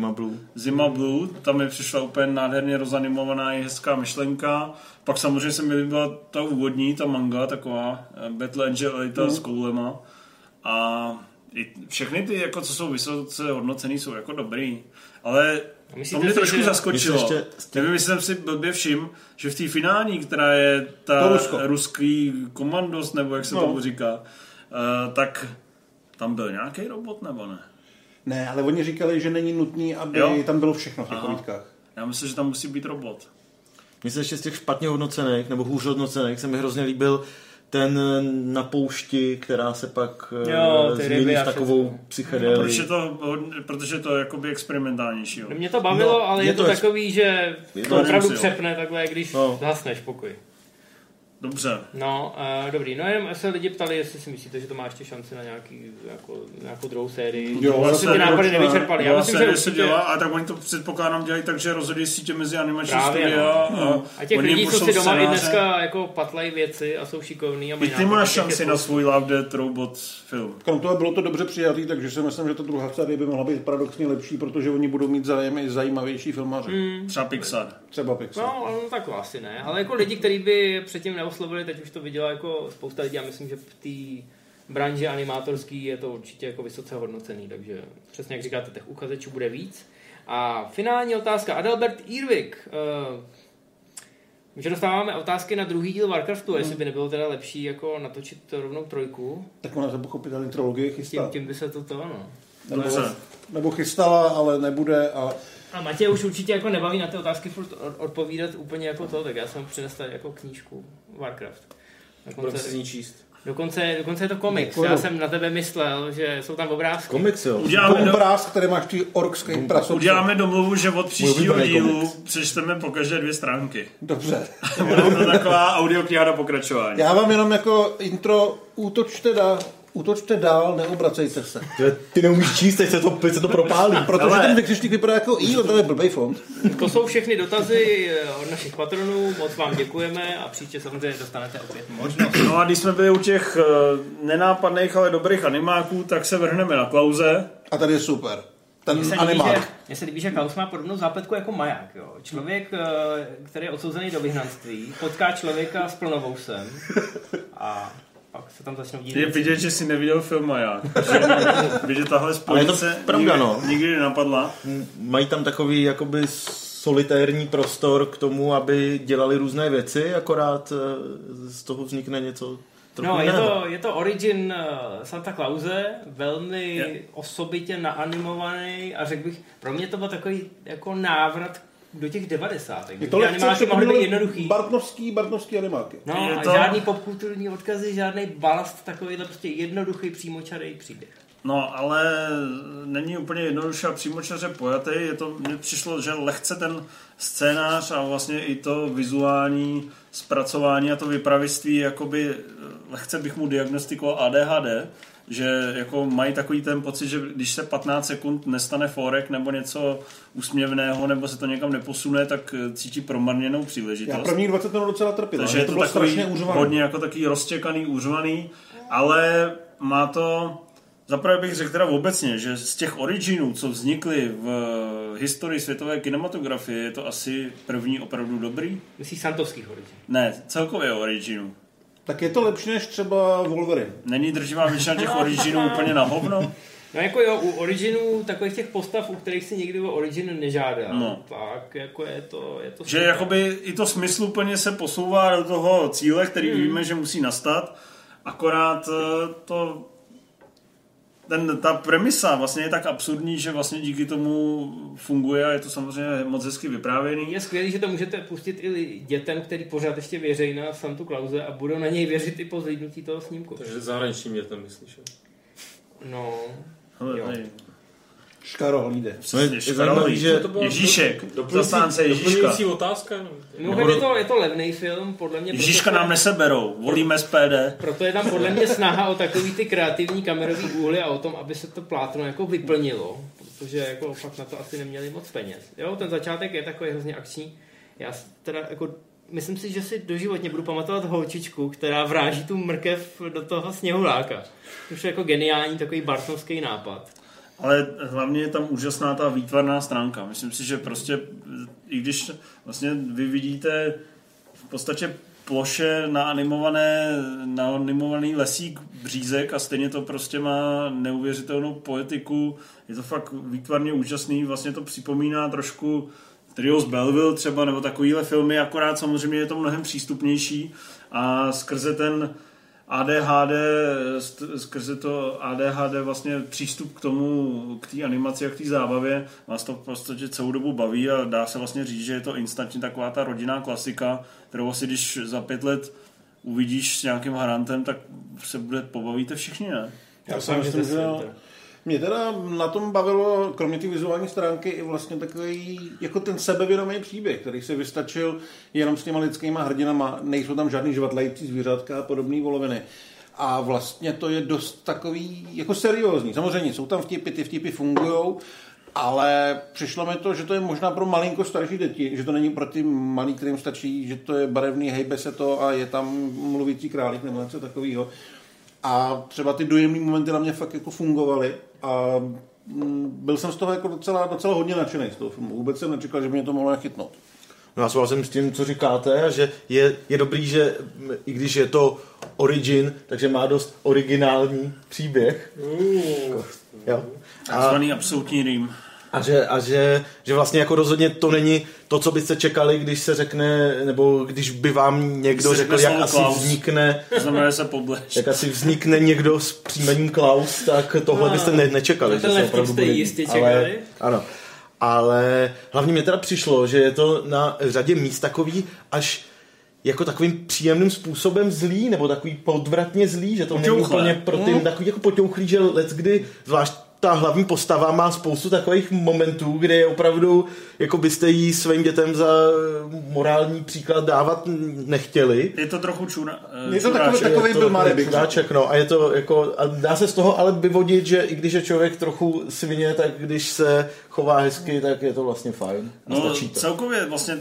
Blue, tam mi přišla úplně nádherně rozanimovaná i hezká myšlenka. Pak samozřejmě se mi líbila ta úvodní, ta manga, taková Battle Angel Alita s koulema. A všechny ty, jako, co jsou vysoce hodnocený, jsou jako dobrý. Ale to mě trošku zaskočilo. Nevím, jestli jsem si blbě všiml, že v té finální, která je ta ruský komandos, nebo jak se tomu říká, tak tam byl nějaký robot, nebo ne? Ne, ale oni říkali, že není nutný, aby tam bylo všechno v těch povídkách. Já myslím, že tam musí být robot. Mně se ještě z těch špatně hodnocených, nebo hůř hodnocených, se mi hrozně líbil ten na poušti, která se pak změní v takovou psychedelii. Protože to je jakoby experimentálnější. Mě to bavilo, ale je to takový, že to opravdu přepne takhle, když zhasneš pokoj. Dobře. No, dobrý. No jenom se lidi ptali, jestli si myslíte, že to má ještě šanci na nějakou druhou sérii. Jo, ty nápady nevyčerpali. Já myslím, že určitě... dělá, a tak oni to předpokládám dělají tak, že rozhodují sítě mezi animační studia. A těch lidí, co si doma i dneska jako patlají věci a jsou šikovní. I ty máš šanci na svůj Love, Death, Robot film. Krom toho bylo to dobře přijatý, takže si myslím, že ta druhá série by mohla být paradoxně lepší, protože oni budou mít zájem i zajímavější filmaře. Třeba Pixar. No, tak asi ne. Ale jako lidi, kteří by předtím neoslovili, teď už to viděla jako spousta lidí a myslím, že v té branži animátorský je to určitě jako vysoce hodnocený, takže přesně jak říkáte, těch uchazečů bude víc. A finální otázka. Adalbert Irvik. Že dostáváme otázky na druhý díl Warcraftu, jestli by nebylo teda lepší jako natočit rovnou 3. Tak ona se pochopitelně trilogie chystá. Tím by se to no. Nebo chystala, ale nebude A Matěj už určitě jako nebaví na ty otázky furt odpovídat úplně jako to, tak já jsem přinesl jako knížku Warcraft. Dokonce je to komiks. Já jsem na tebe myslel, že jsou tam obrázky. Komiks, jo. Obrázky, které máš ty orkský prasovce. Uděláme domluvu, že od příštího dílu přečteme po každé 2 stránky. Dobře. Bude to taková audiokniha na pokračování. Já vám jenom jako intro útočte dál, neobracejte se. Ty neumíš číst, teď se to propálí. Protože ten vykřičník vypadá jako to je blbej fond. To jsou všechny dotazy od našich patronů, moc vám děkujeme a příště samozřejmě dostanete opět možnost. No a když jsme byli u těch nenápadných, ale dobrých animáků, tak se vrhneme na Klauze. A tady je super. Ten animák. Mně se líbí, že Klaus má podobnou zápletku jako maják. Jo. Člověk, který je odsouzený do vyhnanství, potká člověka s plnovousem a pak se tam začnou dít. Je vidět, že jsi neviděl film Maják. Vidět, tahle spojnice nikdy nenapadla. Mají tam takový jakoby solitérní prostor k tomu, aby dělali různé věci, akorát z toho vznikne něco trochu jiného. Je to origin Santa Clause, velmi osobitě naanimovaný a řekl bych, pro mě to byl takový jako návrat do těch 90. Je to Ty animáky mohly být jednoduchý. Bartnovský animáky. No a žádný popkulturní odkazy, žádný balast, takovýhle prostě jednoduchý přímočarý příběh. No, ale není úplně jednoduše a přímočaře pojatý. Mně přišlo, že lehce ten scénář a vlastně i to vizuální zpracování a to vypraviství, jakoby lehce bych mu diagnostikoval ADHD, že jako mají takový ten pocit, že když se 15 sekund nestane forek nebo něco úsměvného, nebo se to někam neposune, tak cítí promarněnou příležitost. Já první 20 minut docela trpěl. Takže je to takový hodně jako takový roztěkaný, úřvaný, ale má to... Zaprvé bych řekl teda obecně, že z těch originů, co vznikly v historii světové kinematografie, je to asi první opravdu dobrý. Myslíš santovských originů? Ne, celkově originů. Tak je to lepší než třeba Wolverine. Není drživá většina těch originů úplně na hovno? No jako jo, u originů, takových těch postav, u kterých si nikdy o origin nežádá, no. tak jako je to že jakoby i to smysluplně se posouvá do toho cíle, který víme, že musí nastat, akorát ta premisa vlastně je tak absurdní, že vlastně díky tomu funguje a je to samozřejmě moc hezky vyprávěný. Je skvělý, že to můžete pustit i dětem, který pořád ještě věří na Santu Klause a budou na něj věřit i po zhlídnutí toho snímku. Takže zahraničním dětem, myslíš? No, jo. Škarohlíde. Ježíšek, zastánce Ježíška. Doplňující otázka? No, je to levný film, podle mě. Ježíška nám neseberou, volíme SPD. Proto je tam podle mě snaha o takový ty kreativní kamerový úhly a o tom, aby se to plátno jako vyplnilo, protože jako fakt na to asi neměli moc peněz. Jo, ten začátek je takový hrozně akční. Já teda jako myslím si, že si doživotně budu pamatovat holčičku, která vráží tu mrkev do toho sněhuláka. Už je jako geniální takový bartnovský nápad. Ale hlavně je tam úžasná ta výtvarná stránka. Myslím si, že prostě, i když vlastně vy vidíte v podstatě ploše na animovaný lesík břízek a stejně to prostě má neuvěřitelnou poetiku. Je to fakt výtvarně úžasný. Vlastně to připomíná trošku Trio z Belleville třeba, nebo takovýhle filmy, akorát samozřejmě je to mnohem přístupnější a skrze ten ADHD vlastně přístup k tomu, k té animaci a k té zábavě vás to v podstatě celou dobu baví a dá se vlastně říct, že je to instantně taková ta rodinná klasika, kterou asi když za 5 let uvidíš s nějakým harantem, tak se pobavíte všichni, ne? Já si myslím, že mě teda na tom bavilo, kromě té vizuální stránky, i vlastně takový, jako ten sebevědomý příběh, který se vystačil jenom s těma lidskýma hrdinama, nejsou tam žádný žvatlající zvířátka a podobné voloviny. A vlastně to je dost takový, jako seriózní. Samozřejmě jsou tam vtipy, ty vtipy fungujou, ale přišlo mi to, že to je možná pro malinko starší děti, že to není pro ty malí, kterým stačí, že to je barevný, hejbe se to a je tam mluvící králík nebo něco takového. A třeba ty dojemný momenty na mě fakt jako fungovaly a byl jsem z toho jako docela hodně nadšený z toho filmu. Vůbec jsem nečekal, že by mě to mohlo nechytnout. No já souhlasím s tím, co říkáte, a že je dobrý, že i když je to origin, takže má dost originální příběh. Jo. Takzvaný absolutní rým. A že vlastně jako rozhodně to není to, co byste čekali, když se řekne, nebo když by vám někdo řekl, jak asi vznikne, znamená se pobleš. Jak asi vznikne někdo s příjmením Klaus, tak tohle byste nečekali. Tenhle vtip jste jistě čekali. Ano. Ale hlavně mě teda přišlo, že je to na řadě míst takový až jako takovým příjemným způsobem zlý, nebo takový podvratně zlý, že to není úplně pro tím takový jako poťouchlý, že leckdy, zvlášť ta hlavní postava má spoustu takových momentů, kde je opravdu, jako byste jí svým dětem za morální příklad dávat nechtěli. Je to trochu je to takový byl malý čudáček, no, a je to jako, a dá se z toho ale vyvodit, že i když je člověk trochu svině, tak když se chová hezky, tak je to vlastně fajn. No, celkově vlastně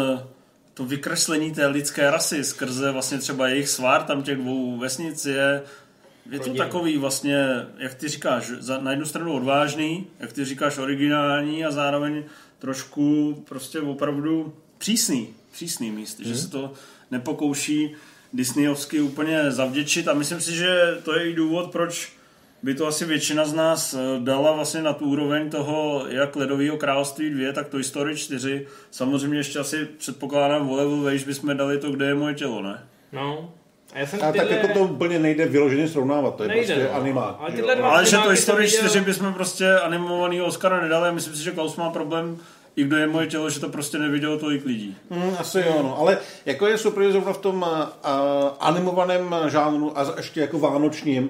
to vykreslení té lidské rasy skrze vlastně třeba jejich svár tam těch dvou vesnic je to takový vlastně, jak ty říkáš, na jednu stranu odvážný, jak ty říkáš originální a zároveň trošku prostě opravdu přísný míst, že se to nepokouší disneyovsky úplně zavděčit a myslím si, že to je i důvod, proč by to asi většina z nás dala vlastně na tu úroveň toho jak Ledového království 2, tak Toy Story 4. Samozřejmě ještě asi předpokládám Volevil Vejš bychom dali to, Kde je moje tělo, ne? No. A tak jako to úplně nejde vyloženě srovnávat, to je prostě animák. Ale že Toy Story 4 bychom prostě animovaný Oscara nedali a myslím si, že Klaus má problém i kdo je moje tělo, že to prostě nevidělo tolik lidí. Asi jo, no. Ale jako je super, zrovna v tom animovaném žánru a ještě jako vánočním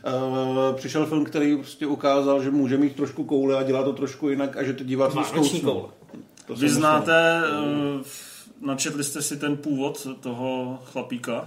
přišel film, který prostě ukázal, že může mít trošku koule a dělá to trošku jinak a že ty diváci vánoční koule. Vy znáte, načetli jste si ten původ toho chlapíka?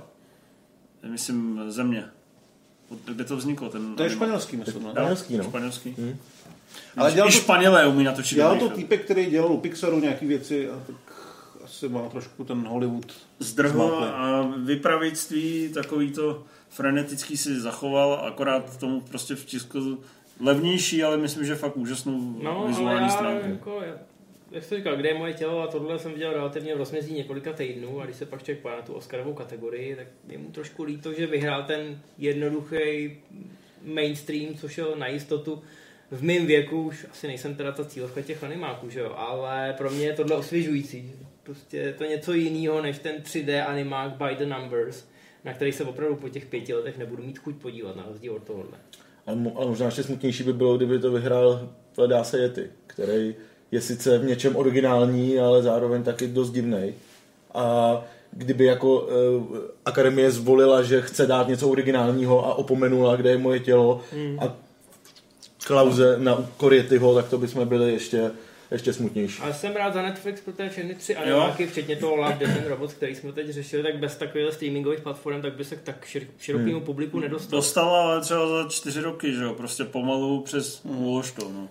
Myslím Země. Kde to vzniklo? To je španělský, myslím. Španělský, no. Španělský. Ale I Španělé umí natočit. Dělal to týpek, který dělal u Pixaru nějaký věci a tak asi má trošku ten Hollywood zdrhl a vypravictví takový to frenetický si zachoval, akorát tomu prostě vtiskl levnější, ale myslím, že fakt úžasnou vizuální stránku. Jako, jak jsi říkal, kde je moje tělo a tohle jsem viděl relativně v rozmezí několika týdnů a když se pak člověk pojede na tu Oscarovou kategorii, tak je mu trošku líto, že vyhrál ten jednoduchý mainstream, což je na jistotu. V mém věku už asi nejsem teda ta cílovka těch animáků, že jo, ale pro mě je tohle osvěžující. Prostě je to něco jiného než ten 3D animák by the numbers, na který se opravdu po těch 5 letech nebudu mít chuť podívat, na rozdíl od tohohle. Ale možná ještě smutnější by bylo, kdyby to vyhrál Hledá se Yeti, který je sice v něčem originální, ale zároveň taky dost divnej. A kdyby jako akademie zvolila, že chce dát něco originálního a opomenula, kde je moje tělo a klauze na úkor Yetiho, tak to bychom byli ještě smutnější. Ale jsem rád za Netflix, protože všechny 3 animáky, včetně toho Love, Death and Robots, který jsme teď řešili, tak bez takových streamingových platform, tak by se k tak širokému publiku nedostal. Dostala, ale třeba za 4 roky, že jo, prostě pomalu přes Wall-Street, no.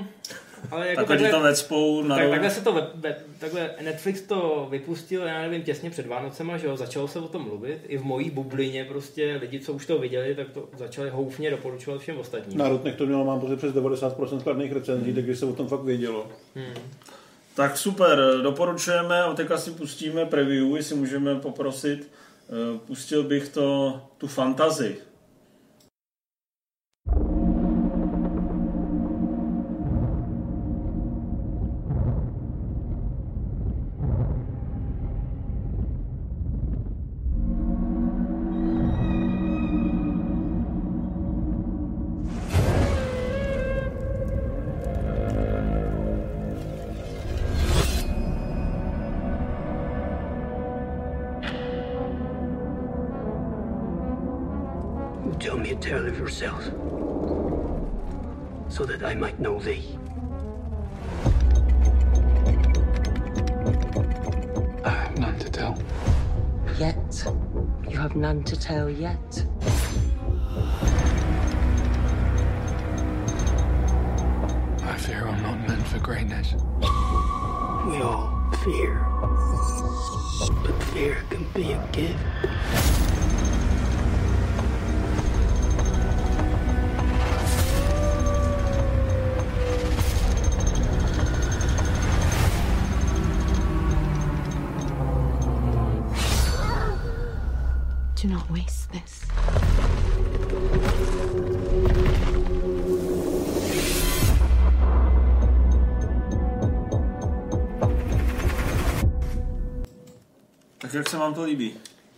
Ale jako takhle to vecpou na takhle se to takhle Netflix to vypustil, já nevím, těsně před Vánocema, že jo, začalo se o tom mluvit, i v mojí bublině prostě lidi, co už to viděli, tak to začali houfně doporučovat všem ostatním. Na Rutnech to mělo, mám přes 90% kladných recenzí, takže se o tom fakt vědělo. Tak super, doporučujeme a teďka si pustíme preview, jestli můžeme poprosit. Pustil bych tu fantazii. Tell me a tale of yourself, so that I might know thee. I have none to tell. Yet. You have none to tell yet. I fear I'm not meant for greatness. We all fear, but fear can be a gift. Do not waste this. Tak jak se vám to líbí?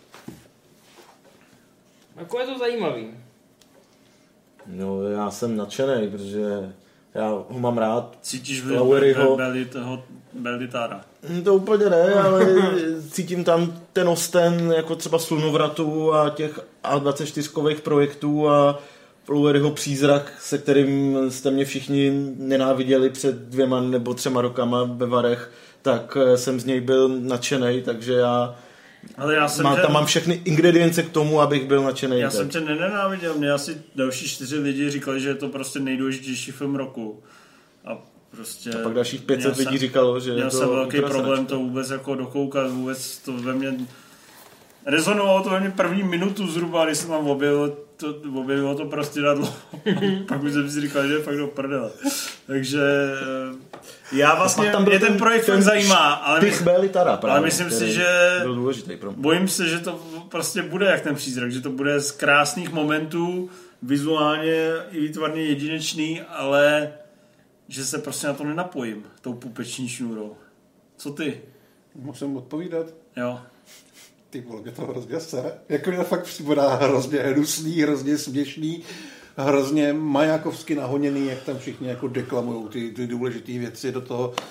Jako je to zajímavý. No, já jsem nadšenej, protože já ho mám rád. Cítíš Belditára? To úplně ne, ale cítím tam ten osten jako třeba Slunovratu a těch A24kových projektů a Loweryho Přízrak, se kterým jste mě všichni nenáviděli před 2 nebo 3 rokama ve Varech, tak jsem z něj byl nadšenej, takže tam mám všechny ingredience k tomu, abych byl nadšenej. Já jsem tě nenáviděl, mě asi další 4 lidi říkali, že je to prostě nejdůležitější film roku. A prostě... A pak dalších 500 lidí říkalo, že měl je to jsem velký problém to vůbec jako dokoukat, vůbec to ve mně... Rezonovalo to ve mně první minutu zhruba, když jsem tam objevilo to prostě nadlo. Pak už jsem si říkal, že je fakt do prdele. Takže já vlastně, mě ten projekt fakt zajímá, ale myslím si, že byl důležitý pro mě. Bojím se, že to prostě bude jak ten Přízrak, že to bude z krásných momentů, vizuálně i výtvarně jedinečný, ale že se prostě na to nenapojím tou pupeční šňůrou. Co ty? Musím odpovídat? Jo. Ty vole, mě to hrozně se. Jako mě fakt připadá hrozně hnusný, hrozně směšný, hrozně majákovsky nahoněný, jak tam všichni jako deklamujou ty důležité věci do toho.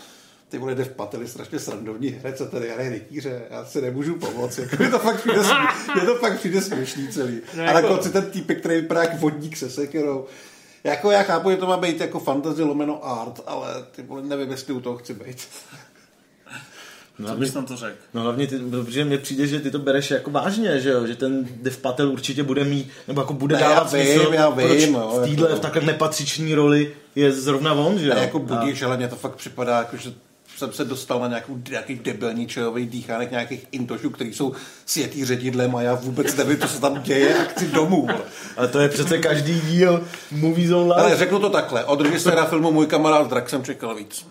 ty vole, Dev Patel je strašně srandovní herec a tady hraje rytíře, já si nemůžu pomoct, jako je to fakt přijde směšný celý. No, a na konci ten týpek, který vypadá jak vodník se sekerou. Jako já chápu, že to má být jako fantasy lomeno art, ale ty vole, nevím, jestli u toho chci být. No, co bys tam to řekl? No hlavně, protože mně přijde, že ty to bereš jako vážně, že jo? Že ten Dev Patel určitě bude mít, nebo jako bude dávat smysl, proč v téhle v takhle nepatřičný roli je zrovna on, že jo? Jako budíš, ale mně to fakt připadá, jako, že jsem se dostal na nějaký debilní čajový dýchánek nějakých intošů, který jsou sjetý ředidlem a já vůbec nevím, co se tam děje a chci domů. Ale to je přece každý díl Movie Zone Live. Ale řeknu to takhle, od režiséra filmu Můj kamarád Drak jsem čekal víc.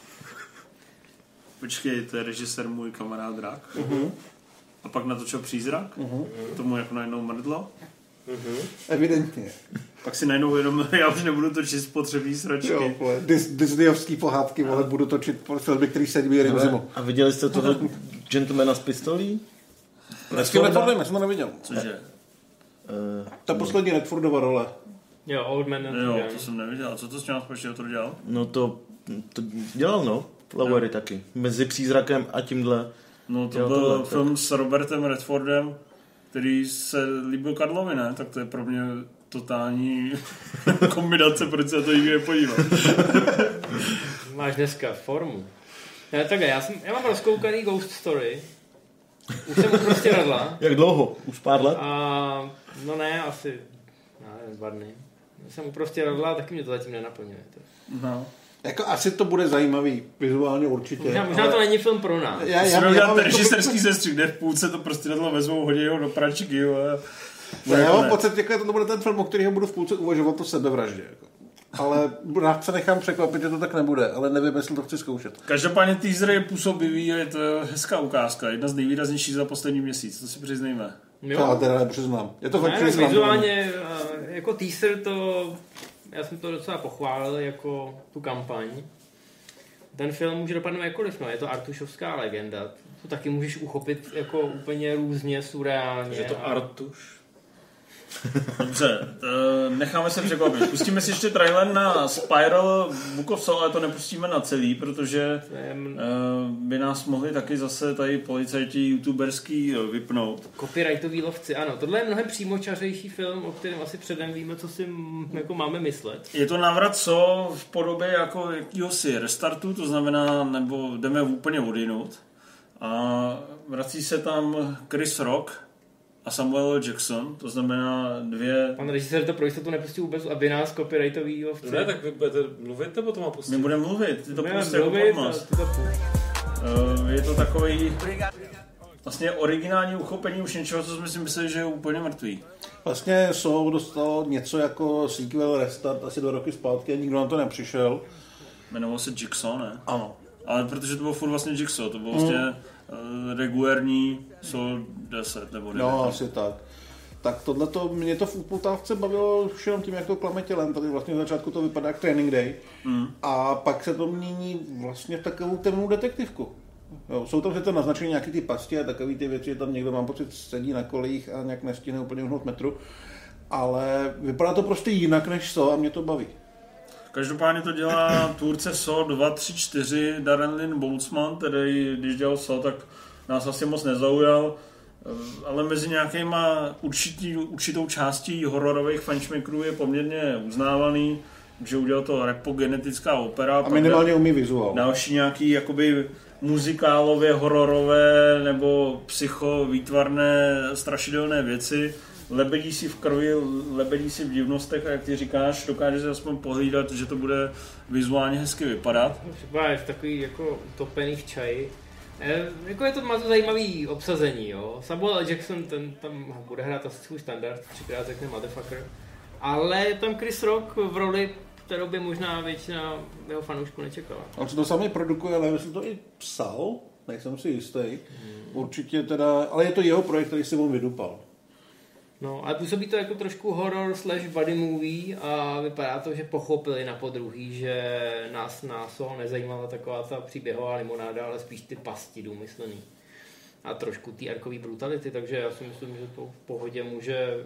Počkej, to je režisér Můj kamarád Drak. A pak natočil Přízrak? Tomu jako najednou mrdlo? Evidentně. Pak si najednou jenom, já už nebudu točit spotřební sračky. Jo, Disneyovský pohádky, vole, budu točit filmy, který se líbí zimu. A viděli jste toho Gentlemana z pistolí? S tím Redfordem, já jsem to neviděl. Cože? Ta poslední Redfordova role. Jo, Old Man. Jo, to jsem neviděl. A co to s tím společně to dělal? No to dělal, no. Flowery taky. Mezi Přízrakem a tímhle. No to byl film s Robertem Redfordem, který se líbil Karlovi, ne? Tak to je pro mě totální kombinace, proč se to nikdy nepodívat. Máš dneska formu. Ne, takhle, já mám rozkoukaný Ghost Story. Už jsem prostě radla. Jak dlouho? Už pár let? No ne, asi 2 dny. Jsem prostě radla a taky mě to zatím nenaplňuje. No. Jako asi to bude zajímavý, vizuálně určitě. Možná to není film pro nás. Já mám režisérský sestřih, kde v půlce to prostě nadlo vezmou, hodí ho do pračky. Já mám pocit, že to bude ten film, o kterého budu v půlce uvažovat o sebevraždě. Jako. Ale rád se nechám překvapit, že to tak nebude, ale nevím, jestli to chci zkoušet. Každopádně teaser je působivý a je to hezká ukázka, jedna z nejvýraznějších za poslední měsíc, to si přiznejme. Já teda nepřiznám. Je to fakt vizuálně, jako teaser to, já jsem to docela pochválil jako tu kampaň. Ten film může dopadnout jakkoliv, no, je to Artušovská legenda. To taky můžeš uchopit jako úplně různě, surreálně. Je to Artuš? Dobře, necháme se překvapit. Pustíme si ještě trailer na Spiral Book of Soul, ale to nepustíme na celý, protože by nás mohli taky zase tady policajti youtuberský vypnout. Copyrightoví lovci, ano. Tohle je mnohem přímočařejší film, o kterém asi předem víme, co si jako máme myslet. Je to návrat v podobě jako jakýhosi restartu, to znamená, nebo jdeme úplně odjinud. A vrací se tam Chris Rock a Samuel Jackson, to znamená 2... Pan režisér to pro jistotu nepustí vůbec, aby nás copyrightový lovci... Ne, tak vy budete mluvit, nebo to má pustit? My budeme mluvit, ty to prostě jako podmas. Je to takový vlastně originální uchopení už něčeho, co jsme si mysleli, že je úplně mrtvý. Vlastně Saw dostalo něco jako sequel Restart asi 2 roky zpátky a nikdo na to nepřišel. Jmenoval se Jigsaw, ne? Ano. Ale protože to bylo furt vlastně Jigsaw, to bylo vlastně regulérní Saw 10 nebo 9. No, asi tak. Tak tohleto, mě to v Upotávce bavilo už jenom tím, jak to klame tělem. Tady vlastně v začátku to vypadá jak Training Day. A pak se to mění vlastně v takovou temnou detektivku. Jo, jsou tam sice naznačeny nějaký ty pasti a takový ty věci, že tam někdo, mám pocit, sedí na kolejích a nějak nestihne úplně uhnout metru. Ale vypadá to prostě jinak než Saw a mě to baví. Každopádně to dělá tvůrce Saw 2, 3, 4 Darren Lynn Bousman, který když dělal Saw, tak nás asi moc nezaujal, ale mezi nějakýma určitou částí hororových fanšmekrů je poměrně uznávaný, že udělal to repogenetická opera. A minimálně umí vizuál. Další nějaký jakoby muzikálově hororové nebo psychovýtvarné strašidelné věci. Lebedí si v krvi, lebedí si v divnostech a jak ty říkáš, dokáže se aspoň pohlídat, že to bude vizuálně hezky vypadat. Třeba je v takový jako utopený v čaji. Jako je to má to zajímavý obsazení, jo. Samuel Jackson, ten tam bude hrát asi svůj standard, 3krát řekne motherfucker. Ale je tam Chris Rock v roli, kterou by možná většina jeho fanoušků nečekala. On se to sami produkuje, ale jestli to i psal, nejsem si jistý. Určitě teda, ale je to jeho projekt, který si on vydupal. No, ale působí to jako trošku horror / buddy movie a vypadá to, že pochopili na podruhý, že nás nezajímala taková ta příběhová limonáda, ale spíš ty pasti důmyslný. A trošku ty arkový brutality, takže já si myslím, že to v pohodě může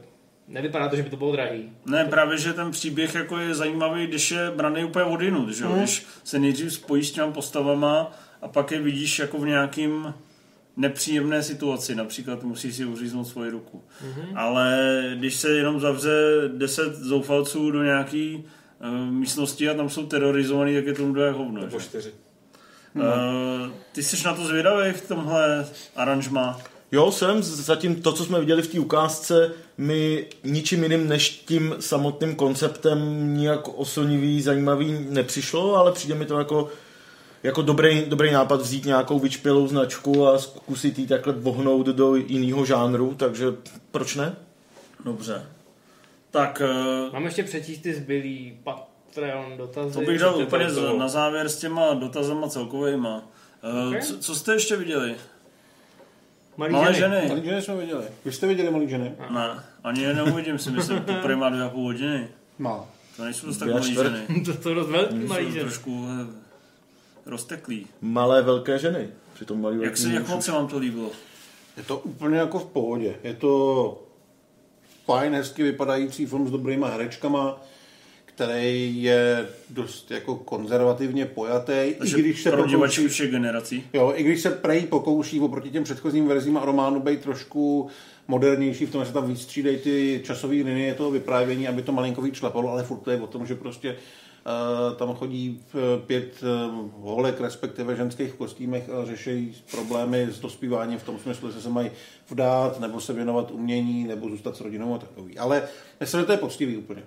nevypadá to, že by to bylo drahý. Ne, právě, že ten příběh jako je zajímavý, když je braný úplně odinut, že jo? Když se nejdřív spojíš s těma postavama a pak je vidíš jako v nějakým nepříjemné situaci, například musíš si uříznout svoji ruku. Ale když se jenom zavře 10 zoufalců do nějaký místnosti a tam jsou terorizovaný, tak je tomu jak hovno. Nebo 4. Ty jsi na to zvědavý v tomhle aranžmá? Jo, jsem. Zatím to, co jsme viděli v té ukázce, mi ničím jiným než tím samotným konceptem nijak oslnivý, zajímavý nepřišlo, ale přijde mi to jako dobrý nápad vzít nějakou vyčpělou značku a zkusit ji takhle vohnout do jiného žánru, takže proč ne? Dobře. Tak... Mám ještě přečíst ty zbylý Patreon dotazy. To bych dal úplně na závěr s těma dotazama celkovejma. Okay. Co jste ještě viděli? Malé ženy. Malé ženy jsme viděli. Vy jste viděli Malé ženy? Ne, ani je neuvidím si, myslím, poprvé má 2,5 hodiny. Má. To nejsou dost tak malé ženy. To jsou dost velký malé ženy. Trošku rozteklý. Malé velké ženy. Přitom malý jak moc se vám to líbilo? Je to úplně jako v pohodě. Je to fajn, hezky vypadající film s dobrýma herečkama, který je dost jako konzervativně pojatý. Takže pro divačky všech generací. Jo, i když se prej pokouší oproti těm předchozím verzím a románu být trošku modernější, v tom, že se tam vystřídají ty časové linie toho vyprávění, aby to malinko víc šlapalo, ale furt to je o tom, že prostě tam chodí 5 holek, respektive ženských v kostýmech a řeší problémy s dospíváním v tom smyslu, že se mají vdát, nebo se věnovat umění, nebo zůstat s rodinou a takový. Ale myslím, že to je poctivý úplně.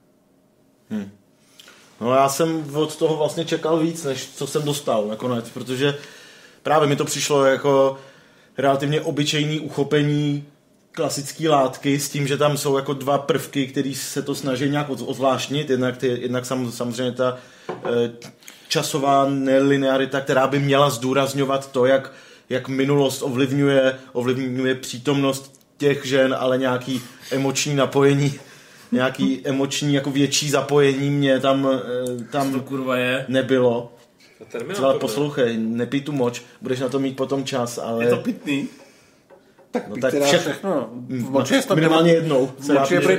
No já jsem od toho vlastně čekal víc, než co jsem dostal nakonec, protože právě mi to přišlo jako relativně obyčejný uchopení klasické látky s tím, že tam jsou jako 2 prvky, které se to snaží nějak ozvláštnit. Jednak samozřejmě ta časová nelinearita, která by měla zdůrazňovat to, jak minulost ovlivňuje přítomnost těch žen, ale nějaký emoční napojení, nějaký emoční jako větší zapojení mě tam to kurva je? Nebylo. Ale poslouchej, nepij tu moč, budeš na to mít potom čas, ale... Je to pitný? Tak všechno. Minimálně jednou. V moči je prý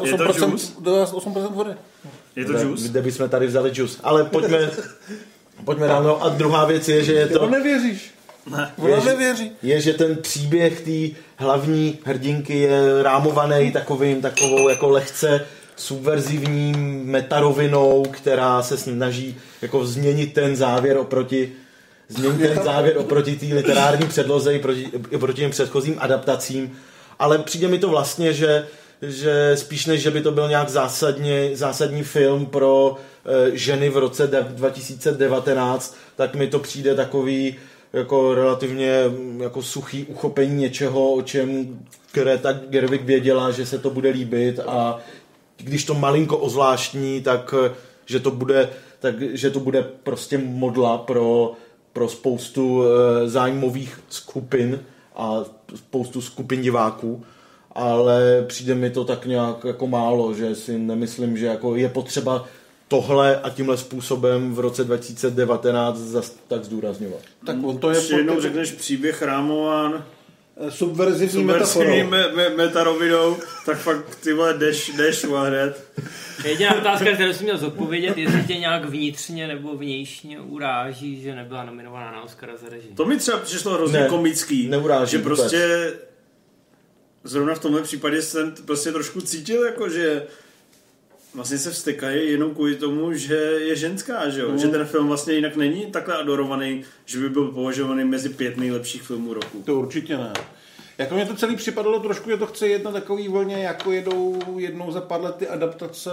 98% vody. Je to juice? Kde bychom tady vzali juice. Ale pojďme dál. A druhá věc je, že je to... Ty nevěříš. Ona nevěří. Je, že ten příběh té hlavní hrdinky je rámovaný takovou jako lehce subverzivní metarovinou, která se snaží jako změnit ten závěr oproti té literární předloze i proti těm předchozím adaptacím. Ale přijde mi to vlastně, že spíš než, že by to byl nějak zásadní film pro ženy v roce 2019, tak mi to přijde takový jako relativně jako suchý uchopení něčeho, o čem Greta Gerwig věděla, že se to bude líbit, a když to malinko ozvláštní, tak že to bude prostě modla pro spoustu zájmových skupin a spoustu skupin diváků, ale přijde mi to tak nějak jako málo, že si nemyslím, že jako je potřeba tohle a tímhle způsobem v roce 2019 tak zdůrazňovat. Tak on to je... Ještě jednou řekneš příběh rámován subverzivní metarovinou, tak fakt ty vole jdeš hned. Jediná otázka, kterou jsi měl zodpovědět, jestli tě nějak vnitřně nebo vnějšně uráží, že nebyla nominovaná na Oscara za režii. To mi třeba přišlo hrozně komický, že prostě zrovna v tomhle případě jsem prostě trošku cítil, jako že vlastně se vztekají jenom kvůli tomu, že je ženská, že jo? Že ten film vlastně jinak není takhle adorovaný, že by byl považovaný mezi 5 nejlepších filmů roku. To určitě ne. Jako mě to celý připadalo trošku, že to chce jet na takový vlně, jako jednou za pár let ty adaptace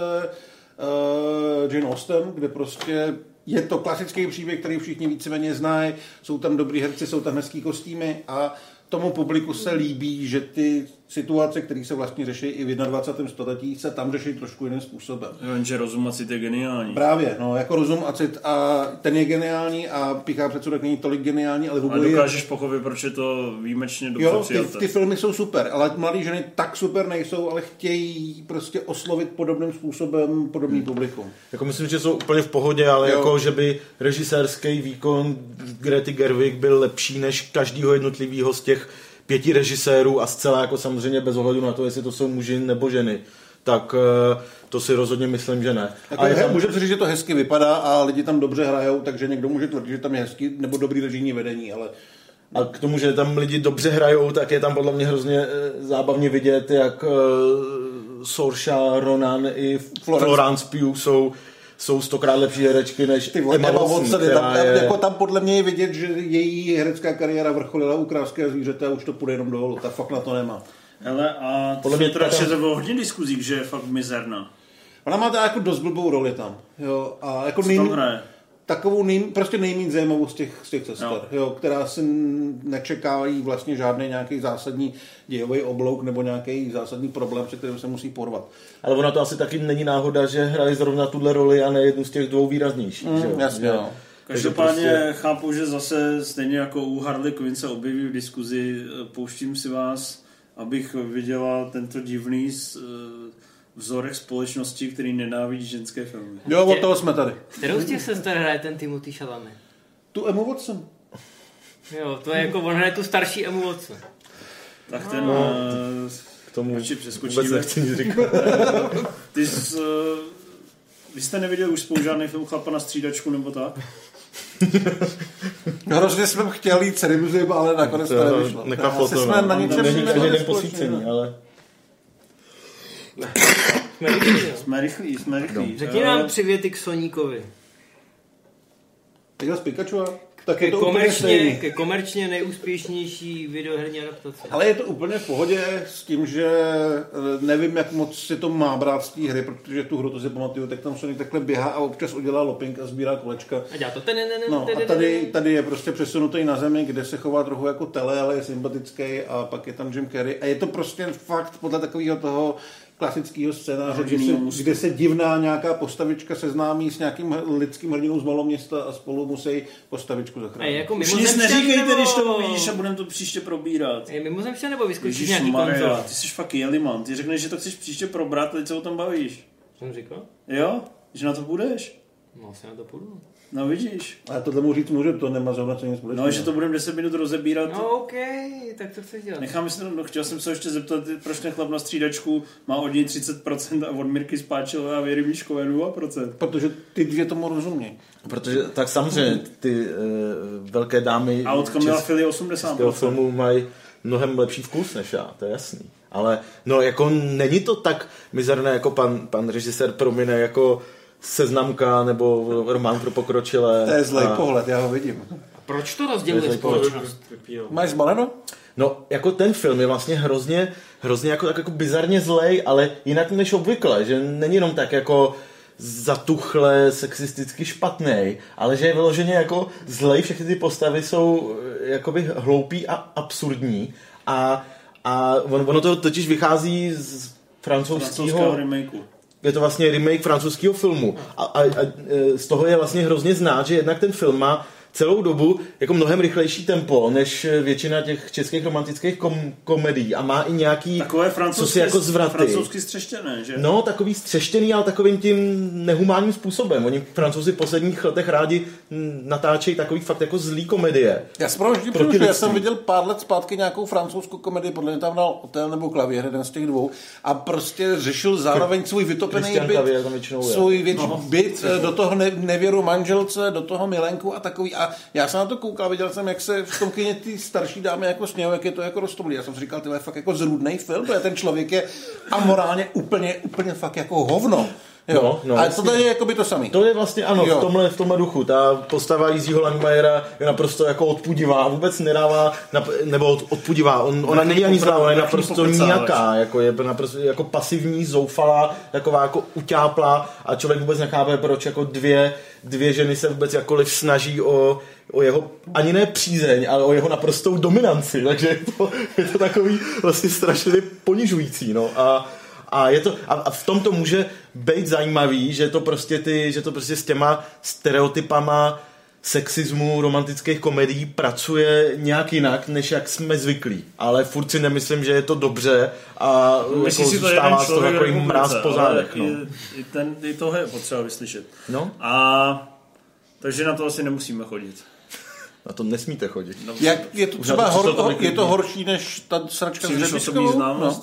Jane Austen, kde prostě je to klasický příběh, který všichni víceméně znají, jsou tam dobrý herci, jsou tam hezký kostýmy a tomu publiku se líbí, že ty situace, které se vlastně řeší i v 21. století, se tam řeší trošku jiným způsobem. Jenže rozum a cit je geniální. Právě, no, jako rozum a cit, a ten je geniální a Píchá předsudek není tolik geniální, ale vůbec. A dokážeš pochopit, proč je to výjimečně dobře přijaté. Ty filmy jsou super, ale mladé ženy tak super nejsou, ale chtějí prostě oslovit podobným způsobem podobný publikum. Jako myslím, že jsou úplně v pohodě, ale jako, že by režisérský výkon Grety Gerwig byl lepší než každýho jednotlivého z těch 5 režisérů a zcela jako samozřejmě bez ohledu na to, jestli to jsou muži nebo ženy, tak to si rozhodně myslím, že ne. Jako můžeme si říct, že to hezky vypadá a lidi tam dobře hrajou, takže někdo může tvrdit, že tam je hezký nebo dobrý režijní vedení, ale... A k tomu, že tam lidi dobře hrajou, tak je tam podle mě hrozně zábavně vidět, jak Saoirse Ronan i Florence Pugh jsou 100krát lepší herečky než Emma Watson, jako tam podle mě je vidět, že její herecká kariéra vrcholila u Královského zvířete a už to půjde jenom dolů. Ta fakt na to nemá. Hele, a podle mě to bylo hodně diskuzí, že je fakt mizerná. Ona má teda jako dost blbou roli tam. Jo, a jako takovou prostě nejméně zajímavou z těch sester, jo, která si nečekávají vlastně žádný nějaký zásadní dějový oblouk nebo nějaký zásadní problém, se kterým se musí porvat. Ale ona to asi taky není náhoda, že hraje zrovna tuhle roli a ne jednu z těch dvou výraznějších. Jasně, no. Každopádně chápu, že zase stejně jako u Harley Quinn se objeví v diskuzi, pouštím si vás, abych viděla tento divný vzorek společnosti, který nenávidí ženské filmy. Jo, od toho jsme tady. Kterou z těch sester hraje ten Timothy Chalamet? Tu Emma Watson. Jo, to je jako, on hraje tu starší Emma Watson. Tak ten... k tomu vůbec nechci nic říkat. Vy jste neviděli už spolu žádný film Chlapa na střídačku nebo tak? Hrozně jsme chtěli jít cerimuzím, ale nakonec to nevyšlo. Nekvaplo to, jsme na něčem není posvícení, ale... Jsme rychlí. Řekni nám 3 věty k Soníkovi. Tyhle z Pikachu? Tak je to úplně stejný. Ke komerčně nejúspěšnější videoherní adaptace. Ale je to úplně v pohodě s tím, že nevím, jak moc si to má brát z té hry, protože tu hru to si pamatuju, tak tam Sonic takhle běhá a občas udělá looping a sbírá kolečka. A dělá to a tady je prostě přesunutý na zemi, kde se chová trochu jako tele, ale je sympatický a pak je tam Jim Carrey a je to prostě fakt podle takového toho klasického scénáře, kde se divná nějaká postavička seznámí s nějakým lidským hrdinou z maloměsta a spolu musí postavičku zachránit. Jako už nic neříkejte, když to uvidíš a budeme to příště probírat. Je mimozemšťan nebo vyskočíš nějaký konzol? Ty jsi fakt jeliman. Ty řekneš, že to chceš příště probrat, teď se o tom bavíš. Jsem říkal? Jo? Že na to budeš? No, asi na to půjdu. No vidíš. Ale tohle můžu říct, to nemá zrovna co nic společného. No, že to budeme 10 minut rozebírat. No ok, tak to chceš dělat. Necháme si to, chtěl jsem se ještě zeptat, proč ten Chlap na střídačku má od něj 30% a od Mirky Spáčilové a Věry Míškové 0%. Protože ty dvě tomu rozumějí. Protože tak samozřejmě ty velké dámy a od Kamila Fili 80% filmu mají mnohem lepší vkus než já, to je jasný. Ale no jako není to tak mizerné, jako pan režisér promine jako Seznamka nebo Román pro pokročilé. To je zlej pohled, já ho vidím. A proč to rozděluje společnost? Máš zbaleno? No, jako ten film je vlastně hrozně jako bizarně zlej, ale jinak než obvykle, že není jenom tak jako zatuchle, sexisticky špatnej, ale že je vyloženě jako zlej, všechny ty postavy jsou jakoby hloupý a absurdní a ono to totiž vychází z francouzského remakeu. Je to vlastně remake francouzského filmu a z toho je vlastně hrozně znát, že jednak ten film má celou dobu jako mnohem rychlejší tempo než většina těch českých romantických komedií a má i nějaký takové francouzsky jako střeštěné, že? No, takový střeštěný, ale takovým tím nehumánním způsobem. Oni Francouzi v posledních letech rádi natáčejí takový fakt jako zlý komedie. Já jsem viděl pár let zpátky nějakou francouzskou komedii, podle mě tam dal Hotel nebo Klavír, jeden z těch dvou, a prostě řešil zároveň svůj vytopený byt, svůj byt, do toho nevěru manželce, do toho milenku a takový. A já jsem na to koukal, viděl jsem, jak se v tom kyně ty starší dámy jako smějou, jak je to jako roztomlý. Já jsem si říkal, to je fakt jako zrůdnej film, protože ten člověk je amorálně úplně fakt jako hovno. Jo. No, ale tohle je jako by to samý. To je vlastně, ano, v tomhle duchu. Ta postava Jiřího Langmajera je naprosto jako odpudivá, vůbec nedává, nebo odpudivá. Ona není ani zlá, ona je naprosto nijaká, jako je naprosto jako pasivní, zoufalá, taková jako utáplá a člověk vůbec nechápe, proč jako dvě ženy se vůbec jakkoliv snaží o jeho, ani ne přízeň, ale o jeho naprostou dominanci, takže je to takový vlastně strašně ponižující, no a je to, a v tom to může být zajímavý, že to prostě s těma stereotypama sexismu romantických komedií pracuje nějak jinak, než jak jsme zvyklí. Ale furt si nemyslím, že je to dobře a jako zůstává z toho takový mráz po zádech. No. I tohle je potřeba vyslyšet. No? A takže na to asi nemusíme chodit. Na to nesmíte chodit. Jak je to třeba je to horší než ta sračka s Řebíčkovou? No.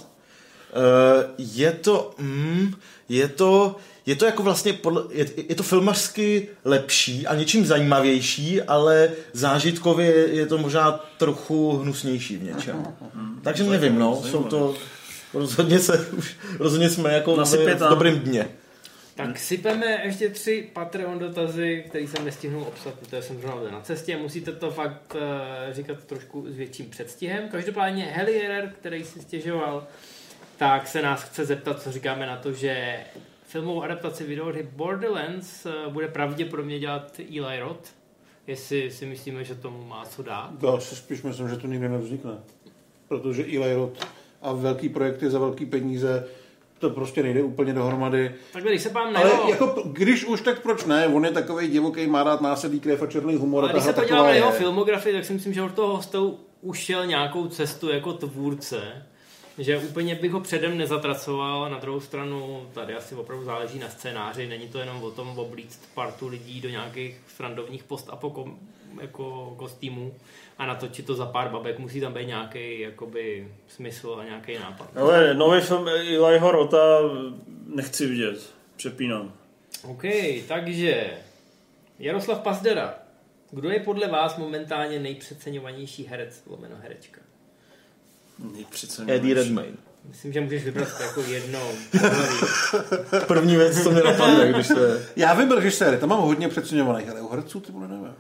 Je to jako vlastně je to filmařsky lepší a něčím zajímavější, ale zážitkově je to možná trochu hnusnější v něčem. Takže nevím, no, jsou to rozhodně jsme jako v dobrém dně. Tak sypeme ještě 3 Patreon dotazy, který jsem nestihnul obsat, protože jsem zrovna na cestě. Musíte to fakt říkat trošku s větším předstihem. Každopádně Helierer, který si stěžoval, tak se nás chce zeptat, co říkáme na to, že filmovou adaptaci videohry Borderlands bude pravděpodobně dělat Eli Roth. Jestli si myslíme, že tomu má co dát. Já si spíš myslím, že to nikdy nevznikne. Protože Eli Roth a velký projekty za velký peníze, to prostě nejde úplně dohromady. Tak když se pám ale jako, když už, tak proč ne? On je takovej divoký, má rád násilí, krev a černý humor. Ale když se podívám na jeho filmografii, tak si myslím, že od toho hostou ušel nějakou cestu jako tvůrce. Že úplně bych ho předem nezatracoval, na druhou stranu tady asi opravdu záleží na scénáři, není to jenom o tom oblíct partu lidí do nějakých srandovních post-apo jako kostýmů a natočit to za pár babek, musí tam být nějaký jakoby smysl a nějaký nápad. Ale nový film Eliho Rotha nechci vidět, přepínám. OK, takže Jaroslav Pazdera, kdo je podle vás momentálně nejpřeceňovanější herec / herečka? Eddie Redmayne. Myslím, že můžeš vybrat jako jednou. První věc, co mě napadne, když se... Já vím režiséry, tam mám hodně přeceňovaných, ale u herců ty bude nevím.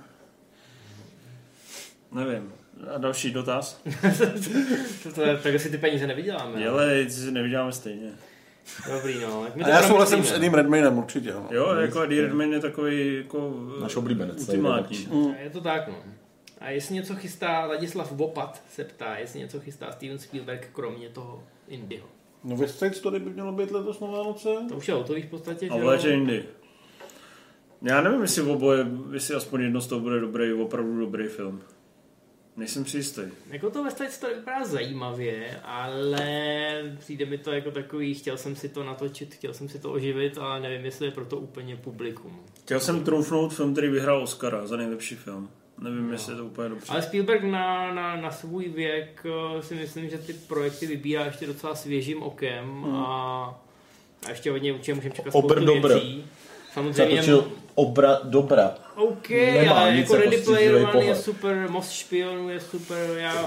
Nevím. A další dotaz? Tak si ty peníze nevyděláme. Dělej, si nevyděláme stejně. Dobrý, no. A já souhlasím s Eddiem Redmaynem určitě. No. Jo, jako Eddie Redmayne je takový jako... Náš oblíbenec. Ultimátní. Je to tak, no. A jestli něco chystá, Ladislav Vopat se ptá, jestli něco chystá Steven Spielberg kromě toho Indyho. No West Side Story by mělo být letos na Vánoce. To už je hotový v podstatě. A v létě Indy. Já nevím, jestli oboje, jestli aspoň jedno z toho bude dobrý, opravdu dobrý film. Nejsem si jistý. Jako to West Side Story vypadá zajímavě, ale přijde mi to jako takový, chtěl jsem si to natočit, chtěl jsem si to oživit, ale nevím, jestli je pro to úplně publikum. Chtěl jsem trumfnout film, který vyhrál Oscara za nejlepší film. Nevím, jestli je to úplně dobře. Ale Spielberg na svůj věk si myslím, že ty projekty vybírá ještě docela svěžím okem a ještě hodně určitě můžeme čekat spoustu věcí. Samozřejmě... Zatočil Obra dobra. OK, ale jako Ready Player One je super, Most špionů je super.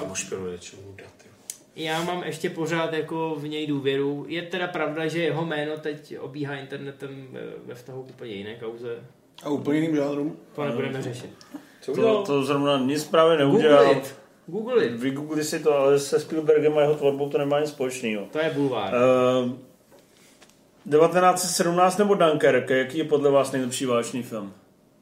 Já mám ještě pořád jako v něj důvěru. Je teda pravda, že jeho jméno teď obíhá internetem ve vztahu k úplně jiné kauze. A úplně jiným žánrům. To nebudeme řešit. To zrovna nic právě neudělal. Google it. Vygoogli si to, ale se Spielbergem a jeho tvorbou to nemá nic společného. To je bulvár. 1917 nebo Dunkirk, jaký je podle vás nejlepší válečný film?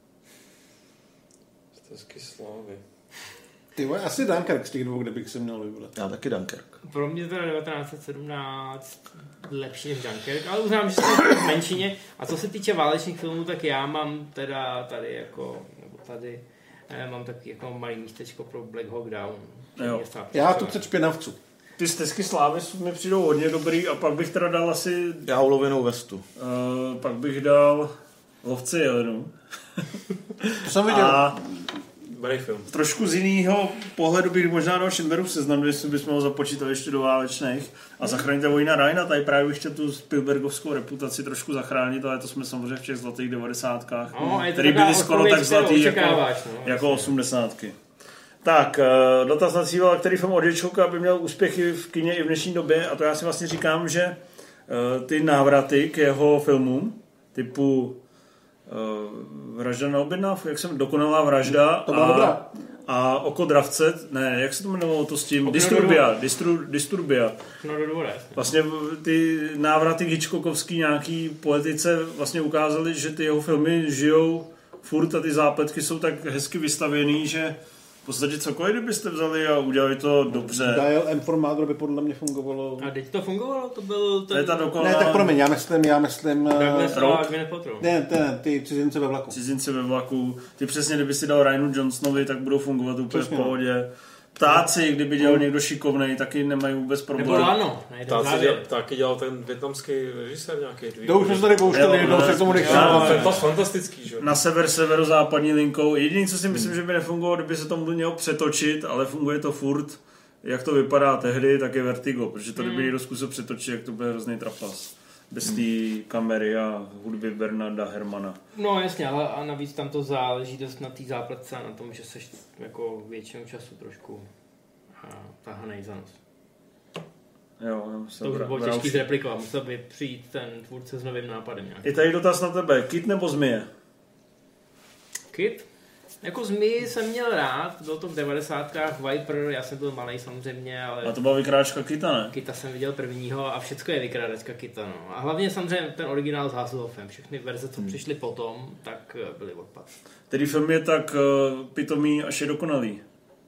Stezky slávy. Ty vole, asi Dunkirk z těch dvou, kde bych se měl vybrat. Já taky Dunkirk. Pro mě teda 1917 lepší než Dunkirk, ale uznám, že jsem v menšině. A co se týče válečných filmů, tak já mám teda tady jako, nebo tady mám taky jako malý místečko pro Black Hawk Down. Jo. Já tu chci špinavcu. Ty Stezky slávy mi přijdou hodně dobrý a pak bych teda dal asi... Já ulovenou vestu. Pak bych dal Lovce jelenu. To jsem viděl. A film. Trošku z jiného pohledu bych možná dal Schindlerův seznam, jestli bychom ho započítali ještě do válečných. A Zachraňte vojna Ryana, tady právě bych chtěl tu Spielbergovskou reputaci trošku zachránit, ale to jsme samozřejmě v těch zlatých 90kách, které byly skoro tak zlatý jako 80ky. Tak, dotaz na Cívala, který film od Hitchcocka by měl úspěchy v kině i v dnešní době, a to já si vlastně říkám, že ty návraty k jeho filmům, typu Vražda na objednávku, jak jsem Dokonalá vražda a Oko dravce, ne, jak se to jmenovalo to s tím? Disturbia. Vlastně ty návraty k Hitchcockovský nějaký poetice vlastně ukázaly, že ty jeho filmy žijou furt a ty zápletky jsou tak hezky vystavěný, že v podstatě cokoliv, kdybyste vzali a udělali to dobře. Dial M Formator by podle mě fungovalo. A teď to fungovalo? To byl ten... Ne, tak promiň, já myslím... Ne, ty Cizince ve vlaku. Cizince ve vlaku. Ty přesně, kdyby si dal Ryanu Johnsonovi, tak budou fungovat úplně v pohodě. Ptáci, kdyby dělal někdo šikovnej, taky nemají vůbec problém. Nebo Lano. Taky dělal ten vietnamský režisér nějaký. To už jsme se tady pouštěli, jednou se k tomu nechtěl. To je fantastický, že? Na severozápadní linkou. Jediné, co si myslím, že by nefungovalo, kdyby se to mělo přetočit, ale funguje to furt. Jak to vypadá tehdy, tak je Vertigo, protože to kdyby někdo zkusil přetočit, jak to bude hrozný trapas. Bez té kamery a hudby Bernarda Hermana. No jasně, ale a navíc tam to záleží dost na té zápletce a na tom, že seš jako většinu času trošku tahanej za nos. Jo, to by bylo těžký zreplikovat, musel by přijít ten tvůrce s novým nápadem nějak. Je tady dotaz na tebe, Kit nebo zmije? Kit? Jako zmiji jsem měl rád, bylo to v 90kách, Viper, já jsem byl malej samozřejmě, ale... A to byla vykrádačka Kita, ne? Kita jsem viděl prvního a všecko je vykrádačka Kita, no. A hlavně samozřejmě ten originál s Hasselhoffem, všechny verze, co přišly potom, tak byly odpad. Tedy film je tak pitomý, až je dokonalý.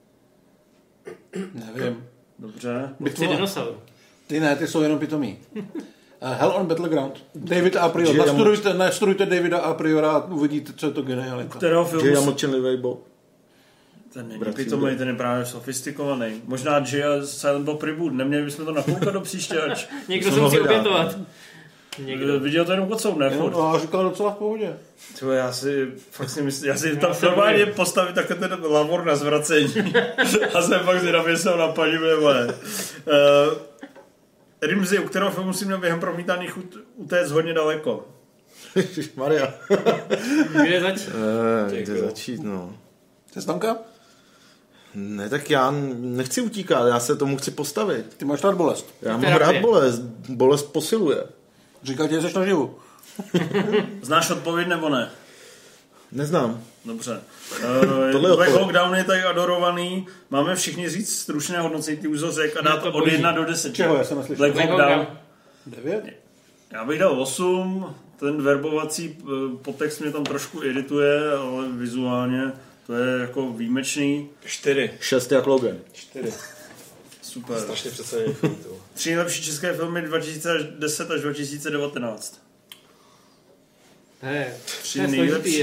Nevím. Dobře. Bitva dinosaurů. Ty ne, ty jsou jenom pitomí. Hell on Battleground. David A. Prior. Nastudujte Davida A. Priora a uvidíte, co je to genialita. Kterého filmu? Jay a mlčenlivý Bob. Ten není pitomý, ten je právě sofistikovaný. Možná Jay a Silent Bob Reboot. Neměli bychom to nakoukat do příště, ač... Někdo se musí obětovat. Viděl to jenom Kocour, ne? No a říkal docela v pohodě. Tyhle, já si tam normálně postavit takhle ten lavor na zvracení. A jsem fakt zvědavě se ho napadím, nebo ne. Rimzi, u kterého filmu musím měl během promítání utéct hodně daleko. Ježišmarja. Kde začít? Kde začít, no. Cestamka? Ne, tak já nechci utíkat, já se tomu chci postavit. Ty máš rád bolest. Já mám rád bolest. Bolest posiluje. Říkal ti, že jsi naživu. Znáš odpověď nebo ne? Neznám. Dobře. Black Hawk Down je tady adorovaný. Máme všichni říct stručné hodnocení, ty už řekl a dát od 1 do 10. Čeho, já jsem neslyšel. Black Hawk Down. 9? Já bych dal 8. Ten verbovací podtext mě tam trošku irituje, ale vizuálně to je jako výjimečný. 4. 6 jak Logan. 4. Super. Strašně přeceněný film. 3 nejlepší české filmy 2010 až 2019. Tři nejlepší.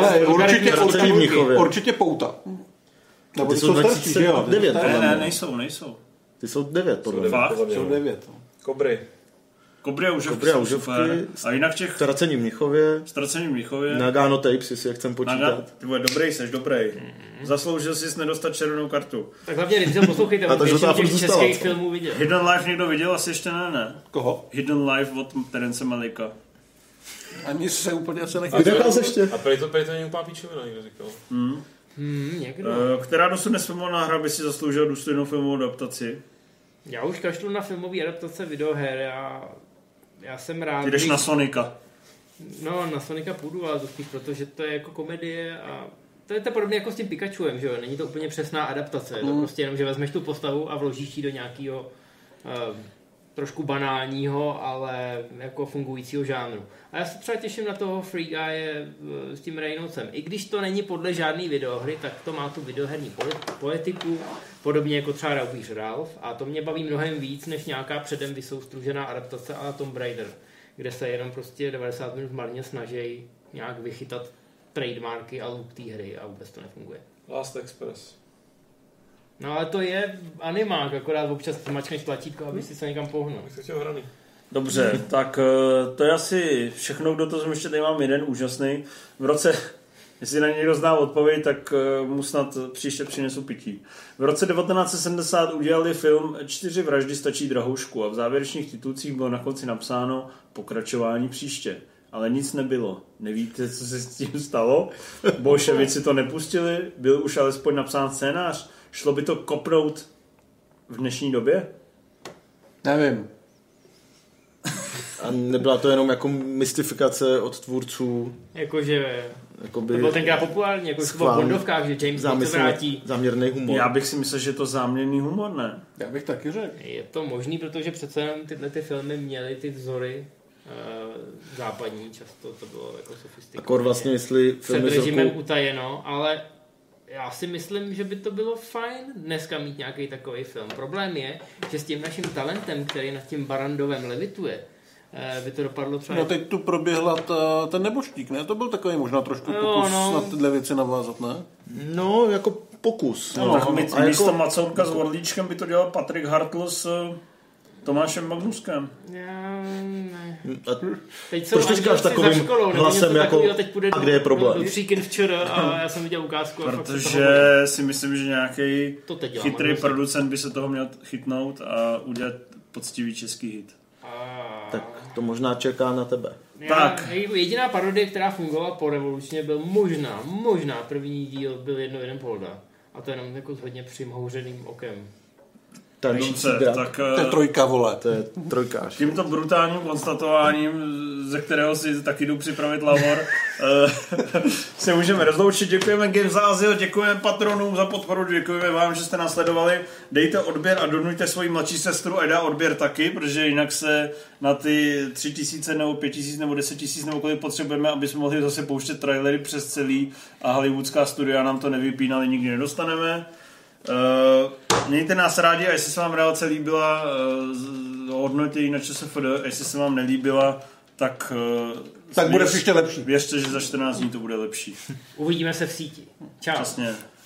Určitě Pouta. Ty jsou 2009. Ne, nejsou. Ty jsou 9, podle mě. Fakt? Jsou 9. Kobry. Kobry a užovky. A jinak těch... Ztracení v Mnichově. Nagano Tapes, jestli jak chcem počítat. Ty bude dobrý, seš dobrý. Zasloužil jsi nedostat červenou kartu. Tak hlavně Rimzi, poslouchejte, on většinu těch českých filmů viděl. Hidden Life někdo viděl? Asi ještě ne. Koho? Hidden Life od Terence Malicka. Ani se úplně asi nechytil. ještě. A prej to není úplná píčovina, někdo říkal. Někdo. Která dosud nesfilmovaná hra by si zasloužila důstojnou filmovou adaptaci? Já už kašlu na filmové adaptace videoher, já jsem rád. Ty jdeš na Sonika. No, na Sonika půjdu, ale to spíš protože to je jako komedie a to je to podobně jako s tím Pikachuem, že jo? Není to úplně přesná adaptace, je to prostě jenom, že vezmeš tu postavu a vložíš ji do nějakého trošku banálního, ale jako fungujícího žánru. A já se třeba těším na toho Free Guye s tím Reynoldsem. I když to není podle žádný videohry, tak to má tu videoherní poetiku, podobně jako třeba Raubíř Ralph, a to mě baví mnohem víc, než nějaká předem vysoustružená adaptace a Tomb Raider, kde se jenom prostě 90 minut marně snaží nějak vychytat trademarky a look té hry a vůbec to nefunguje. Last Express. No ale to je animák, akorát občas mačkneš tlačítko, aby si se někam pohnul. Jak to chtěl hraný. Dobře, tak to je asi všechno, kdo to ještě tady mám jeden úžasný. V roce, jestli na někdo zná odpověď, tak mu snad příště přinesu pití. V roce 1970 udělali film 4 vraždy stačí drahoušku a v závěrečných titulcích bylo na konci napsáno pokračování příště. Ale nic nebylo. Nevíte, co se s tím stalo? Bolševici to nepustili, byl už alespoň napsán scénář. Šlo by to kopnout v dnešní době? Nevím. A nebyla to jenom jako mystifikace od tvůrců? Jakože to bylo tenkrát populární, jako v Bondovkách, že James Bond se vrátí. Záměrný humor. Já bych si myslel, že je to záměrný humor, ne? Já bych taky řekl. Je to možný, protože přece jenom tyhle ty filmy měly ty vzory západní, často to bylo jako sofistikované. Akor vlastně, jestli filmy před režimem utajeno, ale já si myslím, že by to bylo fajn dneska mít nějaký takový film. Problém je, že s tím naším talentem, který nad tím Barandovem levituje, by to dopadlo třeba... No teď tu proběhla ten neboštík, ne? To byl takový možná trošku pokus na tyhle věci navázat, ne? No, jako pokus. No, místo Macounka s Orlíčkem by to dělal Patrik Hartl s Tomášem Magnuskem. Já ne. Teď proč říkáš takovým hlasem jako, a kde je problém? Do Tříkin včera a já jsem viděl ukázku. Protože si myslím, že nějaký chytrý producent by se toho měl chytnout a udělat poctivý český hit. Tak to možná čeká na tebe. Tak. Jediná parodie, která fungovala po revolučně, byl možná první díl byl jeden Polda. A to jenom jako s hodně přimhouřeným okem. Tak to je trojka, vole. To je trojkáš. Tímto brutálním konstatováním, ze kterého si taky jdu připravit lavor, se můžeme rozloučit. Děkujeme Games za Azyl, děkujeme patronům za podporu, děkujeme vám, že jste nás sledovali. Dejte odběr a donuďte svoji mladší sestru a dá odběr taky, protože jinak se na ty 3000 nebo 5000 nebo 10 000 nebo kolik potřebujeme, aby jsme mohli zase pouštět trailery přes celý a hollywoodská studia nám to nevypínali, nikdy nedostaneme. Mějte nás rádi a jestli se vám relace líbila, hodnoťte ji na ČSFD, jestli se vám nelíbila, tak bude příště lepší. Věřte, že za 14 dní to bude lepší. Uvidíme se v síti. Čau. Přesně.